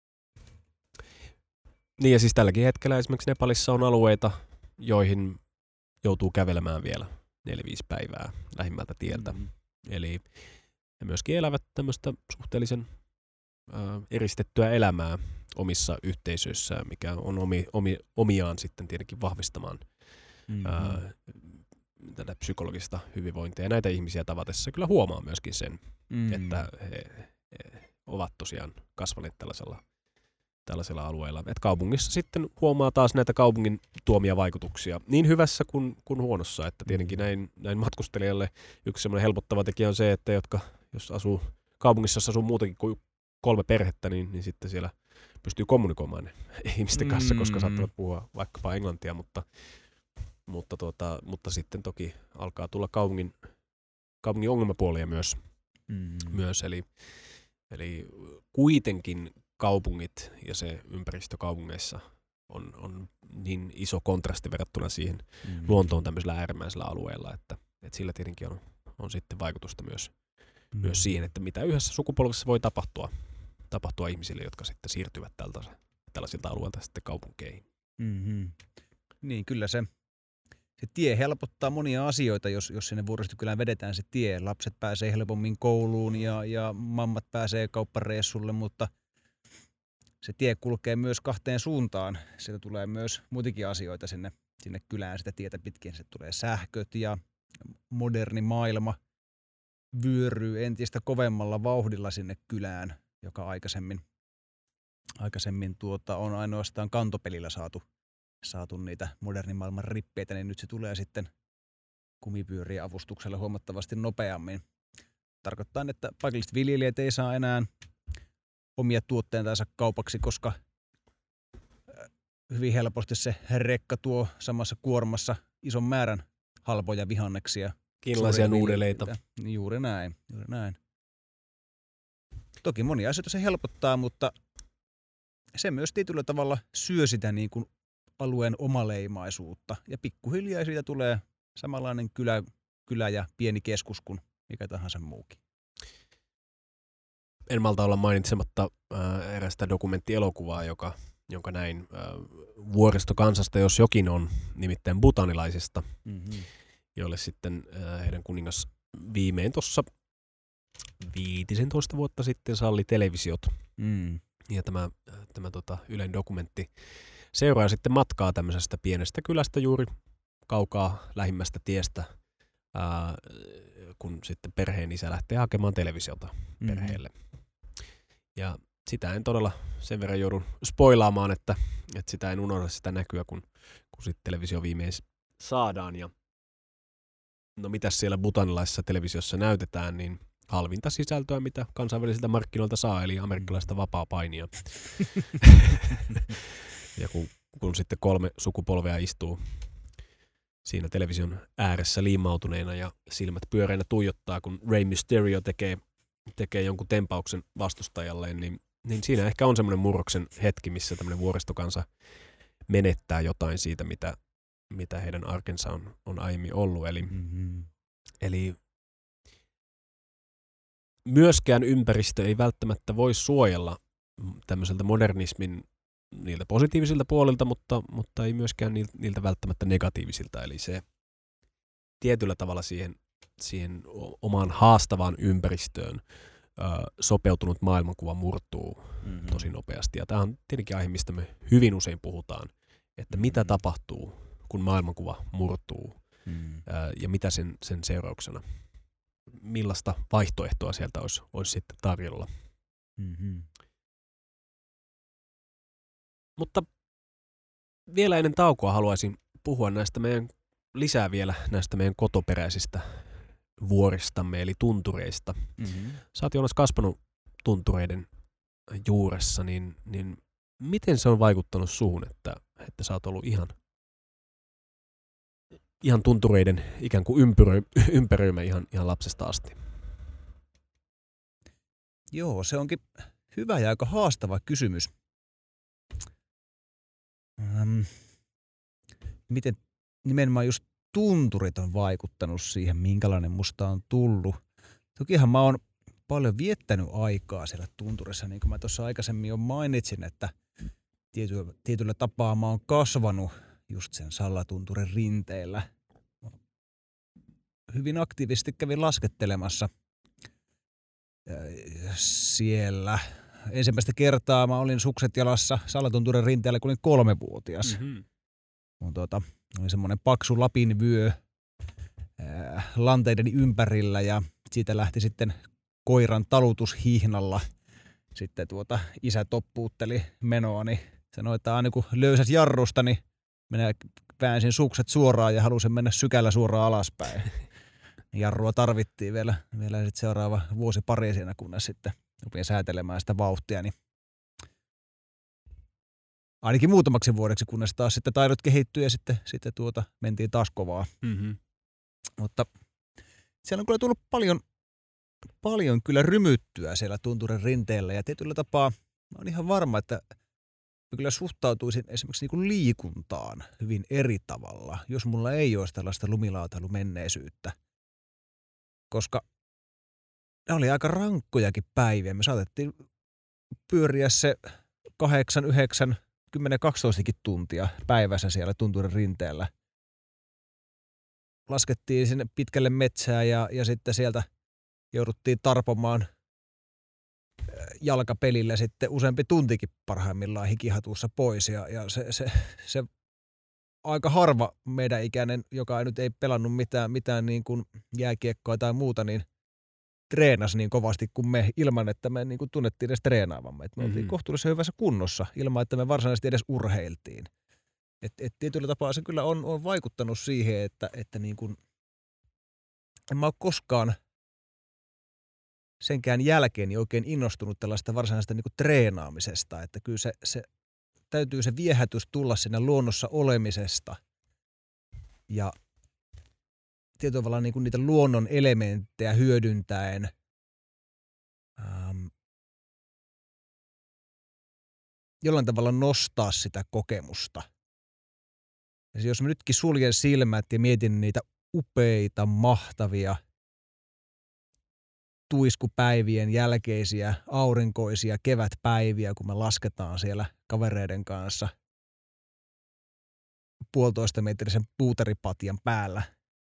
Niin ja siis tälläkin hetkellä esimerkiksi Nepalissa on alueita, joihin joutuu kävelemään vielä neljä viisi päivää lähimmältä tieltä. Mm-hmm. Eli he myöskin elävät tämmöistä suhteellisen ää, eristettyä elämää omissa yhteisöissään, mikä on omi, omi, omiaan sitten tietenkin vahvistamaan mm-hmm. ää, tätä psykologista hyvinvointia. Ja näitä ihmisiä tavatessa kyllä huomaa myöskin sen, mm-hmm. että he, he ovat tosiaan kasvaneet tällaisella tällaisella alueella. Et kaupungissa sitten huomaa taas näitä kaupungin tuomia vaikutuksia niin hyvässä kuin, kuin huonossa. Että tietenkin näin, näin matkustelijalle yksi semmoinen helpottava tekijä on se, että jotka, jos asuu kaupungissa, jos asuu muutenkin kuin kolme perhettä, niin, niin sitten siellä pystyy kommunikoimaan ihmisten kanssa, mm. koska saattavat puhua vaikkapa englantia, mutta, mutta, tuota, mutta sitten toki alkaa tulla kaupungin, kaupungin ongelmapuolia myös. Mm. myös eli, eli kuitenkin kaupungit ja se ympäristö kaupungeissa on, on niin iso kontrasti verrattuna siihen mm-hmm. luontoon tämmöisellä äärimmäisellä alueella, että, että sillä tietenkin on, on sitten vaikutusta myös, mm-hmm. myös siihen, että mitä yhdessä sukupolvessa voi tapahtua, tapahtua ihmisille, jotka sitten siirtyvät tältä, tällaisilta alueilta sitten kaupunkeihin. Mm-hmm. Niin, kyllä se, se tie helpottaa monia asioita, jos, jos sinne Vuoristokylään vedetään se tie. Lapset pääsee helpommin kouluun ja, ja mammat pääsee kauppareissulle, mutta se tie kulkee myös kahteen suuntaan. Sieltä tulee myös muitakin asioita sinne, sinne kylään sitä tietä pitkin. Se tulee sähköt ja moderni maailma vyöryy entistä kovemmalla vauhdilla sinne kylään, joka aikaisemmin, aikaisemmin tuota, on ainoastaan kantopelillä saatu, saatu niitä modernin maailman rippeitä, niin nyt se tulee sitten kumipyörien avustuksella huomattavasti nopeammin. Tarkoittaa, että paikalliset viljelijät ei saa enää omia tuotteentansa kaupaksi, koska hyvin helposti se rekka tuo samassa kuormassa ison määrän halpoja vihanneksia. Kiinalaisia nuudeleita. Juuri näin, juuri näin. Toki monia asioita se helpottaa, mutta se myös tietyllä tavalla syö sitä niin kuin alueen omaleimaisuutta. Ja pikkuhiljaa siitä tulee samanlainen kylä, kylä ja pieni keskus kuin mikä tahansa muukin. En malta olla mainitsematta äh, erästä dokumenttielokuvaa, joka, jonka näin äh, vuoristokansasta, jos jokin on, nimittäin bhutanilaisista, mm-hmm. joille sitten äh, heidän kuningas viimein tuossa viisitoista vuotta sitten salli televisiot. Mm. Ja tämä, äh, tämä tota, Ylen dokumentti seuraa sitten matkaa tämmöisestä pienestä kylästä juuri kaukaa lähimmästä tiestä, äh, kun sitten perheen isä lähtee hakemaan televisiota mm-hmm. perheelle. Ja sitä en todella sen verran joudun spoilaamaan, että, että sitä en unohda sitä näkyä, kun, kun sitten televisio viimein saadaan. Ja no mitäs siellä bhutanilaisessa televisiossa näytetään, niin halvinta sisältöä, mitä kansainvälisiltä markkinoilta saa, eli amerikkalaista vapaapainia. Ja kun, kun sitten kolme sukupolvea istuu siinä television ääressä liimautuneena ja silmät pyöreinä tuijottaa, kun Rey Mysterio tekee tekee jonkun tempauksen vastustajalleen, niin, niin siinä ehkä on semmoinen murroksen hetki, missä tämmöinen vuoristokansa menettää jotain siitä, mitä, mitä heidän arkensa on, on aiemmin ollut. Eli, Mm-hmm. eli myöskään ympäristö ei välttämättä voi suojella tämmöiseltä modernismin niiltä positiivisilta puolilta, mutta, mutta ei myöskään niiltä välttämättä negatiivisilta. Eli se tietyllä tavalla siihen, siihen omaan haastavaan ympäristöön ö, sopeutunut maailmankuva murtuu mm-hmm. tosi nopeasti. Ja tämä on tietenkin aihe, mistä me hyvin usein puhutaan, että mitä mm-hmm. tapahtuu, kun maailmankuva murtuu mm-hmm. ö, ja mitä sen, sen seurauksena, millaista vaihtoehtoa sieltä olisi, olisi sitten tarjolla. Mm-hmm. Mutta vielä ennen taukoa haluaisin puhua näistä meidän, lisää vielä näistä meidän kotoperäisistä vuoristamme, eli tuntureista. Mm-hmm. Sä oot Joonas kasvanut tuntureiden juuressa, niin, niin miten se on vaikuttanut suhun, että, että sä oot ollut ihan, ihan tuntureiden ikään kuin ympyrö, ympäröimä ihan, ihan lapsesta asti? Joo, se onkin hyvä ja aika haastava kysymys. Ähm, miten nimenomaan just tunturit on vaikuttanut siihen, minkälainen musta on tullut. Tokihan mä oon paljon viettänyt aikaa siellä tunturissa, niin kuin mä tuossa aikaisemmin jo mainitsin, että tiety, tietyllä tapaa mä oon kasvanut just sen Sallatunturin rinteellä. Hyvin aktiivisesti kävin laskettelemassa siellä. Ensimmäistä kertaa mä olin sukset jalassa Sallatunturin rinteellä, kun olin kolmevuotias. Mm-hmm. Mun tuota, oli semmoinen paksu Lapin vyö ää, lanteideni ympärillä ja siitä lähti sitten koiran talutushihnalla. Sitten tuota, isä toppuutteli menoani. Sanoi, että aina kun löysäs jarrusta, niin minä väänsin sukset suoraan ja halusin mennä sykällä suoraan alaspäin. Jarrua tarvittiin vielä, vielä sitten seuraava vuosi pari siinä, kunnes sitten rupin säätelemään sitä vauhtia. Niin ainakin muutamaksi vuodeksi, kunnes taas sitten taidot kehittyi ja sitten, sitten tuota, mentiin taas kovaa. Mm-hmm. Mutta siellä on kyllä tullut paljon, paljon kyllä rymyttyä siellä tunturin rinteellä ja tietyllä tapaa mä oon ihan varma, että mä kyllä suhtautuisin esimerkiksi niin kuin liikuntaan hyvin eri tavalla, jos mulla ei olisi tällaista lumilautailumenneisyyttä. Koska ne oli aika rankkojakin päiviä. Me saatettiin pyöriä se kahdeksan, yhdeksän, kymmenen, kaksitoistakin tuntia päivässä siellä tunturin rinteellä. Laskettiin sinne pitkälle metsään ja, ja sitten sieltä jouduttiin tarpomaan jalkapelillä sitten useampi tuntikin parhaimmillaan hikihatussa pois. Ja, ja se, se, se aika harva meidän ikäinen, joka nyt ei pelannut mitään, mitään niin kuin jääkiekkoa tai muuta, niin treenasi niin kovasti kuin me ilman, että me niin kuin tunnettiin edes treenaavamme. Et me mm-hmm. oltiin kohtuullisen hyvässä kunnossa ilman, että me varsinaisesti edes urheiltiin. Et, et tietyllä tapaa se kyllä on, on vaikuttanut siihen, että, että niin kuin, en mä ole koskaan senkään jälkeen niin oikein innostunut tällaista varsinaisesta niin kuin treenaamisesta. Että kyllä se, se täytyy se viehätys tulla siinä luonnossa olemisesta ja tietyllä tavalla niin kuin niitä luonnon elementtejä hyödyntäen ähm, jollain tavalla nostaa sitä kokemusta. Ja jos mä nytkin suljen silmät ja mietin niitä upeita, mahtavia tuiskupäivien jälkeisiä aurinkoisia kevätpäiviä, kun me lasketaan siellä kavereiden kanssa puolitoista metrisen puutaripatjan päällä.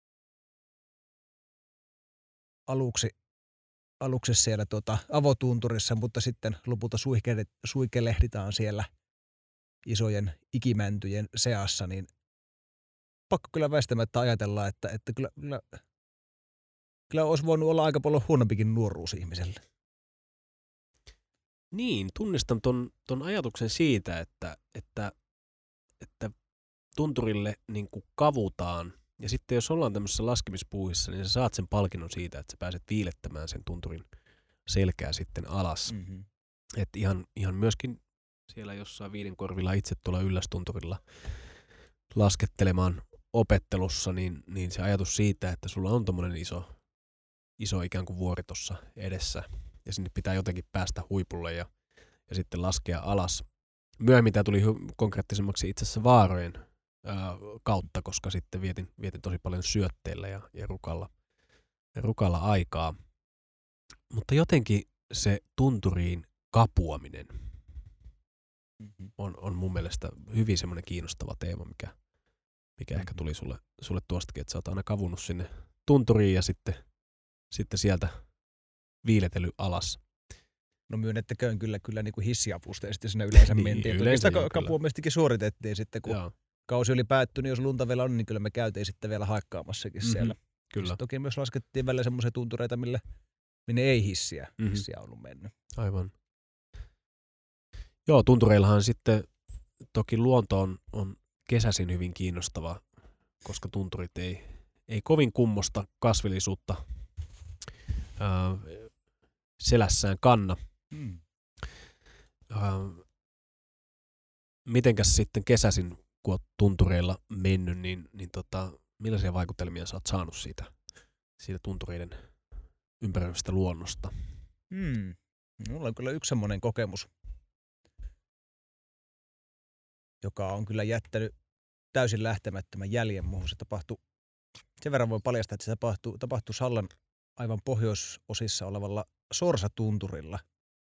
Aluksi, aluksi siellä tuota avotunturissa, mutta sitten lopulta suike, suikelehditaan siellä isojen ikimäntyjen seassa, niin pakko kyllä väistämättä ajatella, että, että kyllä, kyllä, kyllä olisi voinut olla aika paljon huonompikin nuoruus ihmiselle. Niin, tunnistan ton, ton ajatuksen siitä, että, että, että tunturille niin kuin kavutaan. Ja sitten jos ollaan tämmöisessä laskemispuuhissa, niin sä saat sen palkinnon siitä, että sä pääset viilettämään sen tunturin selkää sitten alas. Mm-hmm. Että ihan, ihan myöskin siellä jossain Viidenkorvilla itse tuolla Yllästunturilla laskettelemaan opettelussa, niin, niin se ajatus siitä, että sulla on tommonen iso, iso ikään kuin vuori tuossa edessä ja sinne pitää jotenkin päästä huipulle ja, ja sitten laskea alas myöhemmin tämä tuli konkreettisemmaksi itse asiassa vaarojen ää, kautta, koska sitten vietin, vietin tosi paljon syötteillä ja, ja rukalla, ja rukalla aikaa. Mutta jotenkin se tunturiin kapuaminen Mm-hmm. on, on mun mielestä hyvin semmoinen kiinnostava teema, mikä, mikä mm-hmm. ehkä tuli sulle, sulle tuostakin, että sä oot aina kavunut sinne tunturiin ja sitten, sitten sieltä viiletely alas. No myönnettäköön kyllä, kyllä niin kuin hissiavusta ja sitten sinne yleensä niin, mentiin. yleensä Sitä joo, kapuamistakin suoritettiin sitten, kun Joo. kausi oli päättynyt, jos lunta vielä on, niin kyllä me käytiin sitten vielä haikkaamassakin mm-hmm. siellä. Kyllä. Sitten toki myös laskettiin välillä semmoisia tuntureita, millä minne ei hissiä, Mm-hmm. hissiä ollut mennyt. Aivan. Joo, tuntureillahan sitten toki luonto on, on kesäisin hyvin kiinnostava, koska tunturit ei, ei kovin kummosta kasvillisuutta ää, selässään kanna. Mm. Ää, mitenkäs sitten kesäisin, kun olet tuntureilla mennyt, niin, niin tota, millaisia vaikutelmia sä oot saanut siitä, siitä tuntureiden ympäröivästä luonnosta? Mm. Mulla on kyllä yksi semmoinen kokemus, joka on kyllä jättänyt täysin lähtemättömän jäljen muuhun. Se tapahtui, sen verran voi paljastaa, että se tapahtui, tapahtui Sallan aivan pohjoisosissa olevalla Sorsatunturilla.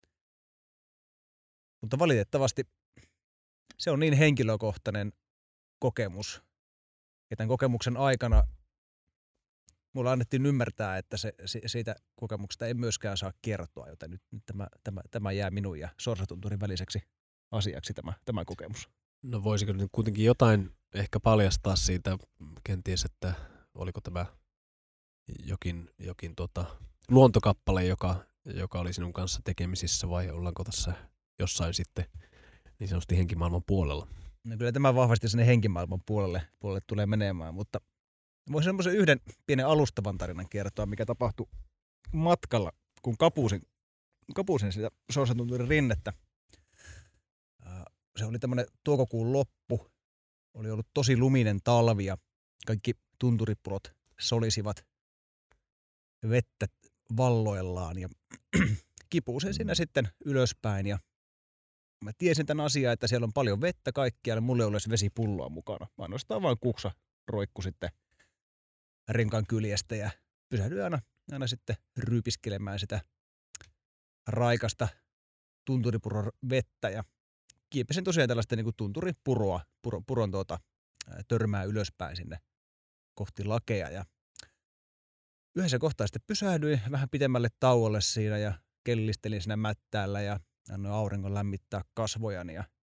Mutta valitettavasti se on niin henkilökohtainen kokemus. Ja tämän kokemuksen aikana mulla annettiin ymmärtää, että se, siitä kokemuksesta ei myöskään saa kertoa, joten nyt, nyt tämä, tämä, tämä jää minun ja Sorsatunturin väliseksi asiaksi tämä, tämä kokemus. No voisiko nyt kuitenkin jotain ehkä paljastaa siitä kenties, että oliko tämä jokin, jokin tota luontokappale, joka, joka oli sinun kanssa tekemisissä vai ollaanko tässä jossain sitten niin sanotusti henkimaailman puolella? No kyllä tämä vahvasti sinne henkimaailman puolelle, puolelle tulee menemään, mutta voisin semmoisen yhden pienen alustavan tarinan kertoa, mikä tapahtui matkalla, kun kapusin, kapusin sitä Sorsatunturin rinnettä. Se oli tämmöinen toukokuun loppu, oli ollut tosi luminen talvi ja kaikki tunturipurot solisivat vettä valloillaan ja kipusin siinä sitten ylöspäin ja mä tiesin tämän asian, että siellä on paljon vettä kaikkialla, mulla ei ole vesipulloa mukana. Mä ainoastaan vaan kuksa roikku sitten rinkan kyljestä ja pysähdyin aina, aina sitten ryypiskelemään sitä raikasta tunturipuron vettä ja kiipesin tosiaan tällaista niin kuin tunturipuroa, puro, puron tuota, törmää ylöspäin sinne kohti lakea. Ja yhdessä kohtaa sitten pysähdyin vähän pitemmälle tauolle siinä ja kellistelin siinä mättäällä ja annoin auringon lämmittää kasvojani. Ja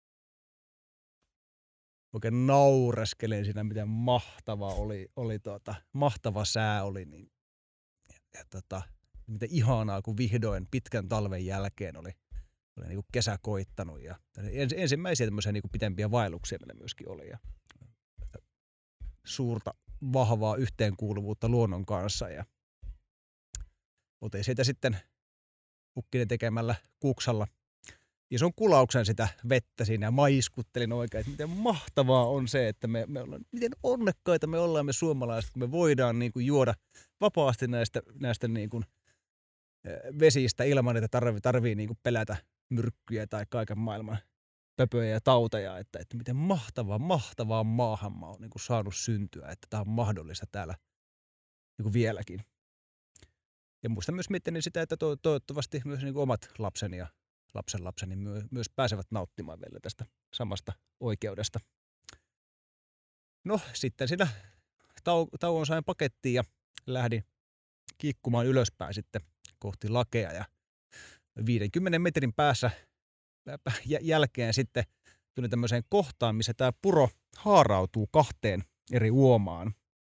oikein naureskelin siinä, miten mahtava oli, oli tuota, mahtava sää oli. Niin, ja, ja tota, miten ihanaa, kun vihdoin pitkän talven jälkeen oli Oli niin kuin kesä koittanut ja ens, ensimmäisiä tämmöisiä niin kuin pitempiä vaelluksia meillä myöskin oli. Ja suurta, vahvaa yhteenkuuluvuutta luonnon kanssa. Ja otin siitä sitten Pukkinen tekemällä kuksalla ison kulauksen sitä vettä siinä ja maiskuttelin oikein, että miten mahtavaa on se, että me, me ollaan, miten onnekkaita me ollaan me suomalaiset, kun me voidaan niin kuin juoda vapaasti näistä, näistä niin kuin vesistä ilman, että tarvii, tarvii niin kuin pelätä myrkkyjä tai kaiken maailman pöpöjä ja tauteja, että, että miten mahtavaa, mahtavaa maahan mä oon niin kuin saanut syntyä, että tämä on mahdollista täällä niin kuin vieläkin. Ja muistan myös mietteni sitä, että to, toivottavasti myös niin kuin omat lapseni ja lapsen lapseni myö, myös pääsevät nauttimaan vielä tästä samasta oikeudesta. No sitten siinä tau, tauon sain pakettiin ja lähdin kiikkumaan ylöspäin sitten kohti lakea ja viidenkymmenen metrin päässä jälkeen sitten tuli tämmöiseen kohtaan, missä tämä puro haarautuu kahteen eri uomaan.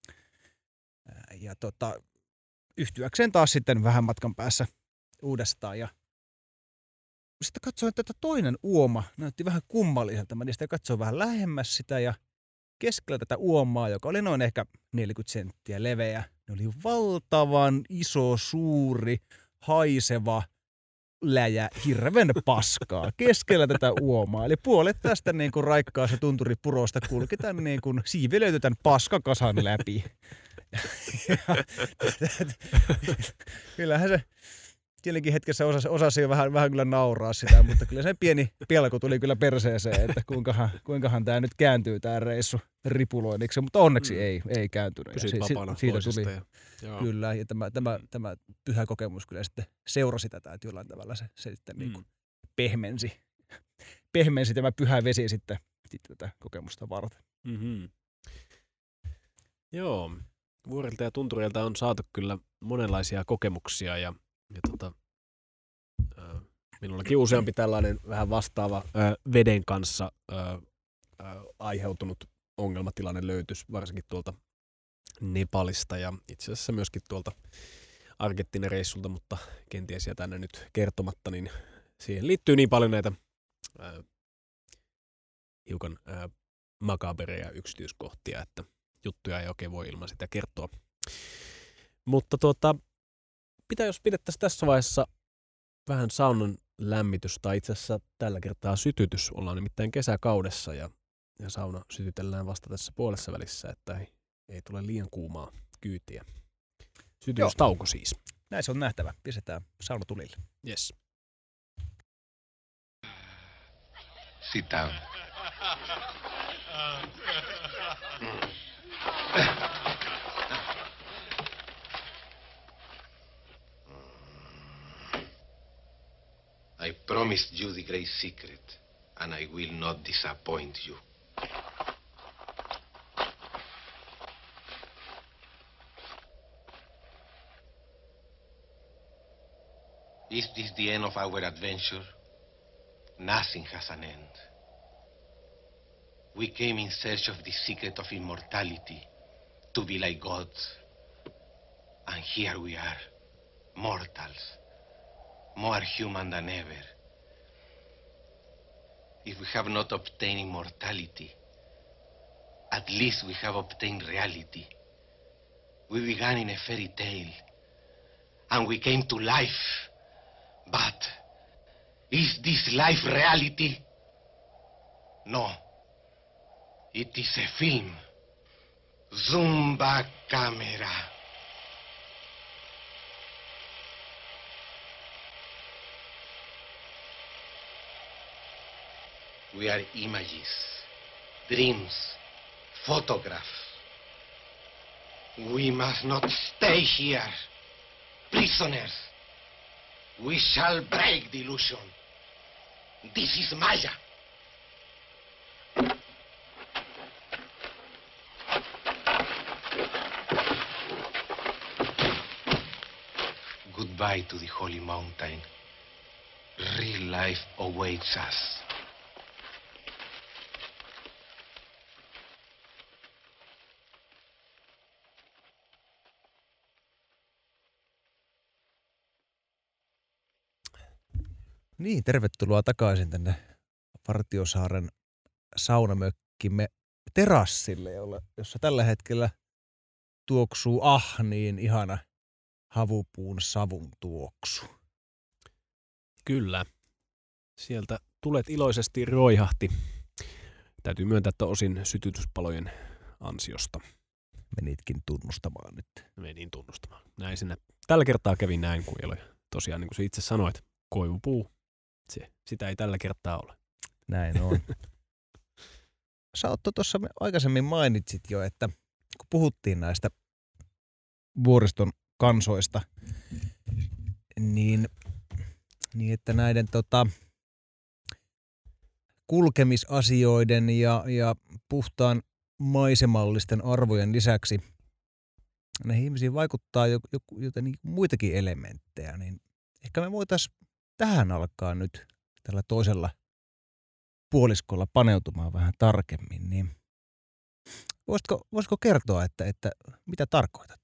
Ja tota, yhtyäkseen taas sitten vähän matkan päässä uudestaan. Ja sitten katsoin, että toinen uoma näytti vähän kummalliselta. Mä niistä katsoin vähän lähemmäs sitä ja keskellä tätä uomaa, joka oli noin ehkä neljäkymmentä senttiä leveä, ne oli valtavan iso, suuri, haiseva läjä hirven paskaa keskellä tätä uomaa. Eli puolet tästä niin kuin raikkaasta tunturipurosta kulki tämän niin kuin siivilöity tämän paskakasan läpi. Ja, kyllähän se Tietenkin hetkessä osasi, osasi jo vähän, vähän kyllä nauraa sitä, mutta kyllä se pieni pelko tuli kyllä perseeseen, että kuinkahan, kuinkahan tämä nyt kääntyy tämä reissu ripuloinniksi, mutta onneksi mm. ei, ei kääntynyt. Pysyit si, vapaana si, siitä tuli, ja, joo. Kyllä, ja tämä, tämä, tämä pyhä kokemus kyllä sitten seurasi tätä, että jollain tavalla se, se sitten mm. niin kuin pehmensi, pehmensi tämä pyhä vesi sitten, sitten tätä kokemusta varten. Mm-hmm. Joo, vuorilta ja tunturilta on saatu kyllä monenlaisia kokemuksia ja, ja tota, äh, minullakin useampi tällainen vähän vastaava äh, veden kanssa äh, äh, aiheutunut ongelmatilanne löytyi varsinkin tuolta Nepalista ja itse asiassa myöskin tuolta Argentiinan reissulta, mutta kenties jätän nyt kertomatta, niin siihen liittyy niin paljon näitä äh, hiukan äh, makabereja yksityiskohtia, että juttuja ei oikein voi ilman sitä kertoa. Mutta tuota, pitää jos pidettäisiin tässä vaiheessa vähän saunan lämmitys, tai itse asiassa tällä kertaa sytytys. Ollaan nimittäin kesäkaudessa ja, ja sauna sytytellään vasta tässä puolessa välissä, että ei, ei tule liian kuumaa kyytiä. Sytytystauko siis. Näin se on nähtävä. Pistetään sauna tulille. Yes. Sit down. I promised you the great secret, and I will not disappoint you. Is this the end of our adventure? Nothing has an end. We came in search of the secret of immortality, to be like gods. And here we are, mortals, more human than ever. If we have not obtained immortality, at least we have obtained reality. We began in a fairy tale, and we came to life. But is this life reality? No. It is a film. Zumba camera. We are images, dreams, photographs. We must not stay here, prisoners. We shall break the illusion. This is Maya. Goodbye to the holy mountain. Real life awaits us. Niin, tervetuloa takaisin tänne Vartiosaaren saunamökkimme terassille, jossa tällä hetkellä tuoksuu ah niin ihana havupuun savun tuoksu. Kyllä. Sieltä tulet iloisesti roihahti. Täytyy myöntää, että osin sytytyspalojen ansiosta. Menitkin tunnustamaan nyt. Menin tunnustamaan. Näin sinne. Tällä kertaa kävi näin, kun ei ole tosiaan, niin kuin sä itse sanoit, koivupuu. Se, sitä ei tällä kertaa ole. Näin on. Sä Otto tuossa aikaisemmin mainitsit jo, että kun puhuttiin näistä vuoriston kansoista, niin, niin että näiden tota, kulkemisasioiden ja, ja puhtaan maisemallisten arvojen lisäksi näihin ihmisiin vaikuttaa jo, jo, joten muitakin elementtejä, niin ehkä me voitaisiin tähän alkaa nyt tällä toisella puoliskolla paneutumaan vähän tarkemmin, niin voisitko, voisitko kertoa, että, että mitä tarkoitat?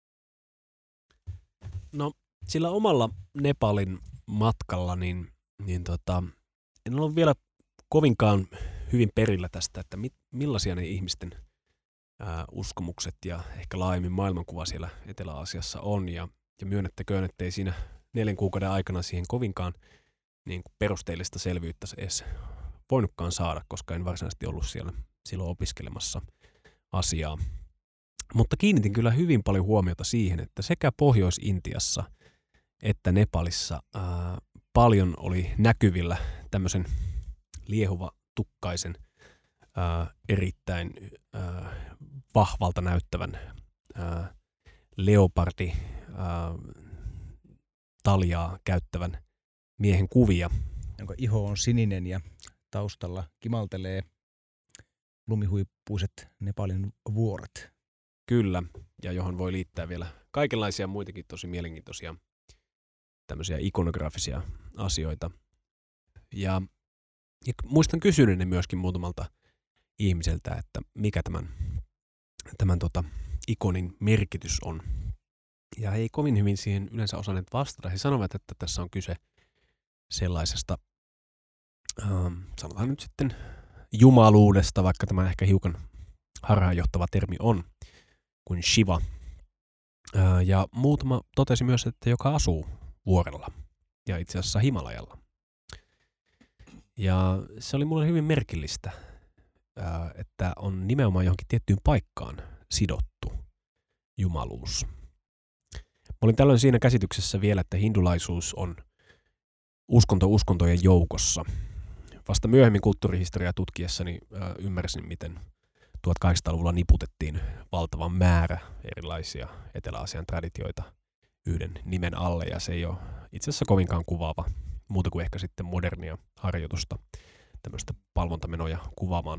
No sillä omalla Nepalin matkalla, niin, niin tota, en ole vielä kovinkaan hyvin perillä tästä, että mit, millaisia ne ihmisten ää, uskomukset ja ehkä laajemmin maailmankuva siellä Etelä-Aasiassa on. Ja, ja myönnettäköön, ettei siinä neljän kuukauden aikana siihen kovinkaan niin kuin perusteellista selvyyttä edes voinutkaan saada, koska en varsinaisesti ollut siellä silloin opiskelemassa asiaa. Mutta kiinnitin kyllä hyvin paljon huomiota siihen, että sekä Pohjois-Intiassa että Nepalissa ää, paljon oli näkyvillä tämmöisen liehuva tukkaisen ää, erittäin ää, vahvalta näyttävän ää, leopardi ää, taljaa käyttävän miehen kuvia. Jonka iho on sininen ja taustalla kimaltelee lumihuippuiset Nepalin vuoret. Kyllä, ja johon voi liittää vielä kaikenlaisia muitakin tosi mielenkiintoisia tämmöisiä ikonografisia asioita. Ja, ja muistan kysyneeni myöskin muutamalta ihmiseltä, että mikä tämän, tämän tota, ikonin merkitys on. Ja he ei kovin hyvin siihen yleensä osanneet vastata. He sanovat, että tässä on kyse sellaisesta, ähm, sanotaan nyt sitten jumaluudesta, vaikka tämä ehkä hiukan harhaanjohtava termi on, kuin Shiva. Äh, ja muutama totesi myös, että joka asuu vuorella ja itse asiassa Himalajalla. Ja se oli mulle hyvin merkillistä, äh, että on nimenomaan johonkin tiettyyn paikkaan sidottu jumaluus. Mä olin tällöin siinä käsityksessä vielä, että hindulaisuus on uskonto uskontojen joukossa. Vasta myöhemmin kulttuurihistoriaa tutkiessani äh, ymmärsin, miten tuhatkahdeksansataaluvulla niputettiin valtavan määrä erilaisia Etelä-Aasian traditioita yhden nimen alle, ja se ei ole itse asiassa kovinkaan kuvaava, muuta kuin ehkä sitten modernia harjoitusta, tämmöistä palvontamenoja kuvaamaan.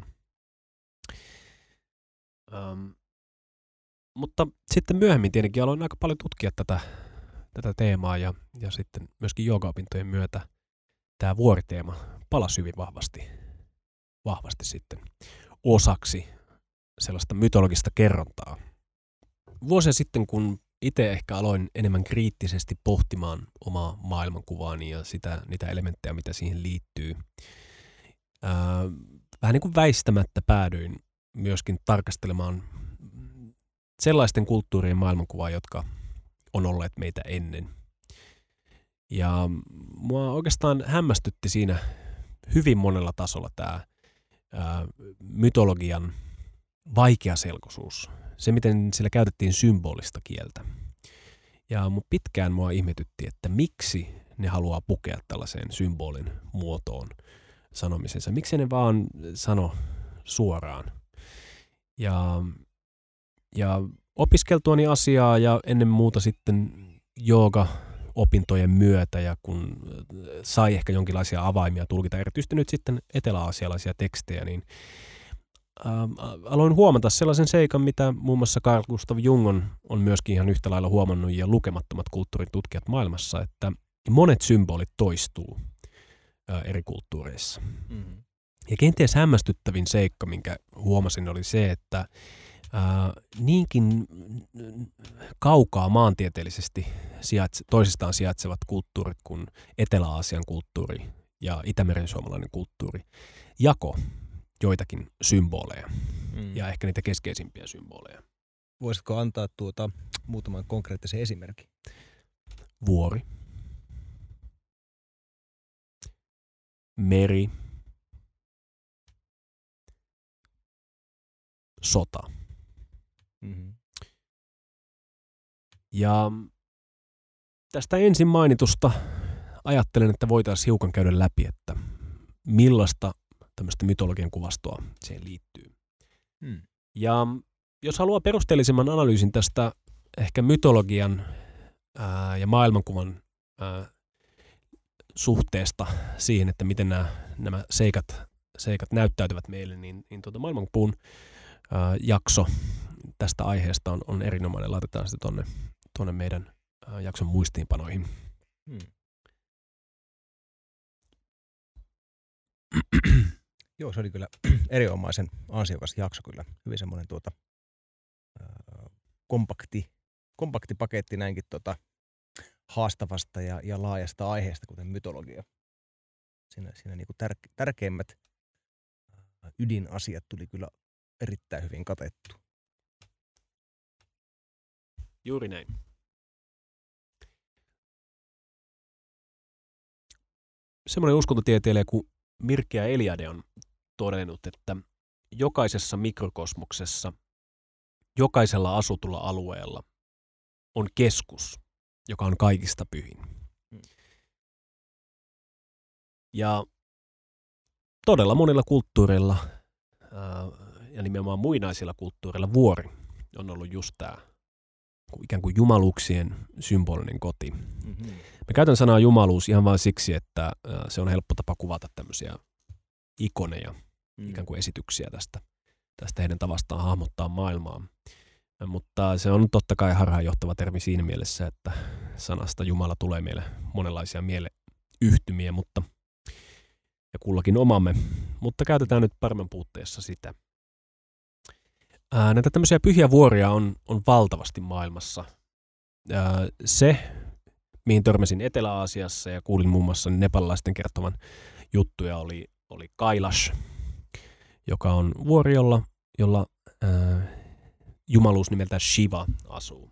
Ähm, mutta sitten myöhemmin tietenkin aloin aika paljon tutkia tätä, tätä teemaa, ja, ja sitten myöskin joogaopintojen myötä tämä vuoriteema palasi hyvin vahvasti, vahvasti sitten osaksi sellaista mytologista kerrontaa. Vuosia sitten, kun itse ehkä aloin enemmän kriittisesti pohtimaan omaa maailmankuvaani ja sitä, niitä elementtejä, mitä siihen liittyy, ää, vähän niin kuin väistämättä päädyin myöskin tarkastelemaan sellaisten kulttuurien maailmankuvaa, jotka on olleet meitä ennen. Ja mua oikeastaan hämmästytti siinä hyvin monella tasolla tämä ää, mytologian vaikeaselkoisuus. Se, miten sillä käytettiin symbolista kieltä. Ja mun pitkään mua ihmetytti, että miksi ne haluaa pukea tällaiseen symbolin muotoon sanomisensa. Miksi ne vaan sano suoraan. Ja, ja opiskeltuani asiaa ja ennen muuta sitten jooga-opintojen myötä, ja kun sai ehkä jonkinlaisia avaimia tulkita, erityisesti nyt sitten etelä-aasialaisia tekstejä, niin Ähm, aloin huomata sellaisen seikan, mitä muun muassa Carl Gustav Jung on, on myöskin ihan yhtä lailla huomannut, ja lukemattomat kulttuurin tutkijat maailmassa, että monet symbolit toistuu ää, eri kulttuureissa. Mm-hmm. Ja kenties hämmästyttävin seikka, minkä huomasin, oli se, että ää, niinkin kaukaa maantieteellisesti sijaitse, toisistaan sijaitsevat kulttuurit kuin Etelä-Aasian kulttuuri ja Itämeren suomalainen kulttuuri jako joitakin symboleja mm. ja ehkä niitä keskeisimpiä symboleja. Voisitko antaa tuota muutaman konkreettisen esimerkin? Vuori. Meri. Sota. Mm-hmm. Ja tästä ensin mainitusta ajattelen, että voitaisiin hiukan käydä läpi, että millaista tämmöistä mytologian kuvastoa siihen liittyy. Hmm. Ja jos haluaa perusteellisemman analyysin tästä ehkä mytologian ää, ja maailmankuvan ää, suhteesta siihen, että miten nämä, nämä seikat, seikat näyttäytyvät meille, niin, niin tuota maailmankuvan ää, jakso tästä aiheesta on, on erinomainen. Laitetaan sitä tonne, tonne meidän ää, jakson muistiinpanoihin. Hmm. Joo, se oli kyllä erinomaisen ansiokas jakso kyllä. Hyvin semmoinen tuota, äh, kompakti, kompakti paketti näinkin tuota, haastavasta ja, ja laajasta aiheesta, kuten mytologia. Siinä, siinä niinku tär- tärkeimmät äh, ydinasiat tuli kyllä erittäin hyvin katettu. Juuri näin. Semmoinen uskontotieteilijä kuin Mircea Eliade on todennut, että jokaisessa mikrokosmoksessa, jokaisella asutulla alueella on keskus, joka on kaikista pyhin. Ja todella monilla kulttuureilla ää, ja nimenomaan muinaisilla kulttuureilla vuori on ollut just tämä ikään kuin jumaluuksien symbolinen koti. Mm-hmm. Mä käytän sanaa jumaluus ihan vain siksi, että ää, se on helppo tapa kuvata tämmöisiä ikoneja, mm. ikään kuin esityksiä tästä, tästä heidän tavastaan hahmottaa maailmaa. Ja, mutta se on totta kai harhaanjohtava termi siinä mielessä, että sanasta Jumala tulee meille monenlaisia mieleyhtymiä, mutta ja kullakin omamme, mutta käytetään nyt paremman puutteessa sitä. Ää, näitä tämmöisiä pyhiä vuoria on, on valtavasti maailmassa. Ää, se, mihin törmäsin Etelä-Aasiassa ja kuulin muun muassa nepalilaisten kertovan juttuja, oli, oli Kailash, joka on vuori, jolla, jolla ää, jumaluus nimeltä Shiva asuu.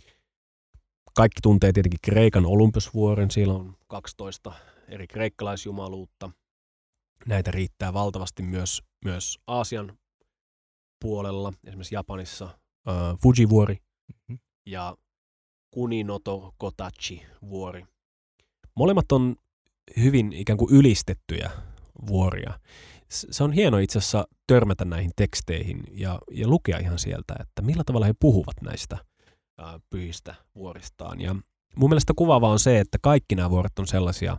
Kaikki tuntee tietenkin Kreikan Olympusvuoren, siellä on kaksitoista eri kreikkalaisjumaluutta. Näitä riittää valtavasti myös, myös Aasian puolella, esimerkiksi Japanissa äh, Fujivuori mm-hmm. ja Kuninoto Kotachi-vuori. Molemmat on hyvin ikään kuin ylistettyjä vuoria. Se on hieno itse asiassa törmätä näihin teksteihin ja, ja lukea ihan sieltä, että millä tavalla he puhuvat näistä äh, pyhistä vuoristaan. Ja mun mielestä kuvaavaa on se, että kaikki nämä vuoret on sellaisia,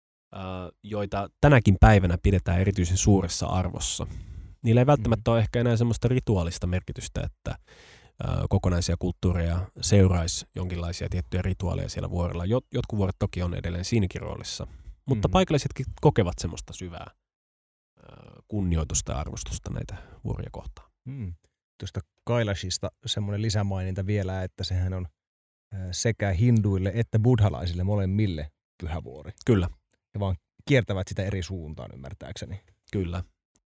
joita tänäkin päivänä pidetään erityisen suuressa arvossa. Niillä ei välttämättä ole ehkä enää semmoista rituaalista merkitystä, että kokonaisia kulttuureja seuraisi jonkinlaisia tiettyjä rituaaleja siellä vuorella. Jotkut vuoret toki on edelleen siinäkin roolissa, mutta mm. paikallisetkin kokevat semmoista syvää kunnioitusta ja arvostusta näitä vuoria kohtaan. Mm. Tuosta Kailashista semmoinen lisämaininta vielä, että sehän on sekä hinduille että buddhalaisille molemmille pyhä vuori. Kyllä. Ja vaan kiertävät sitä eri suuntaan, ymmärtääkseni. Kyllä.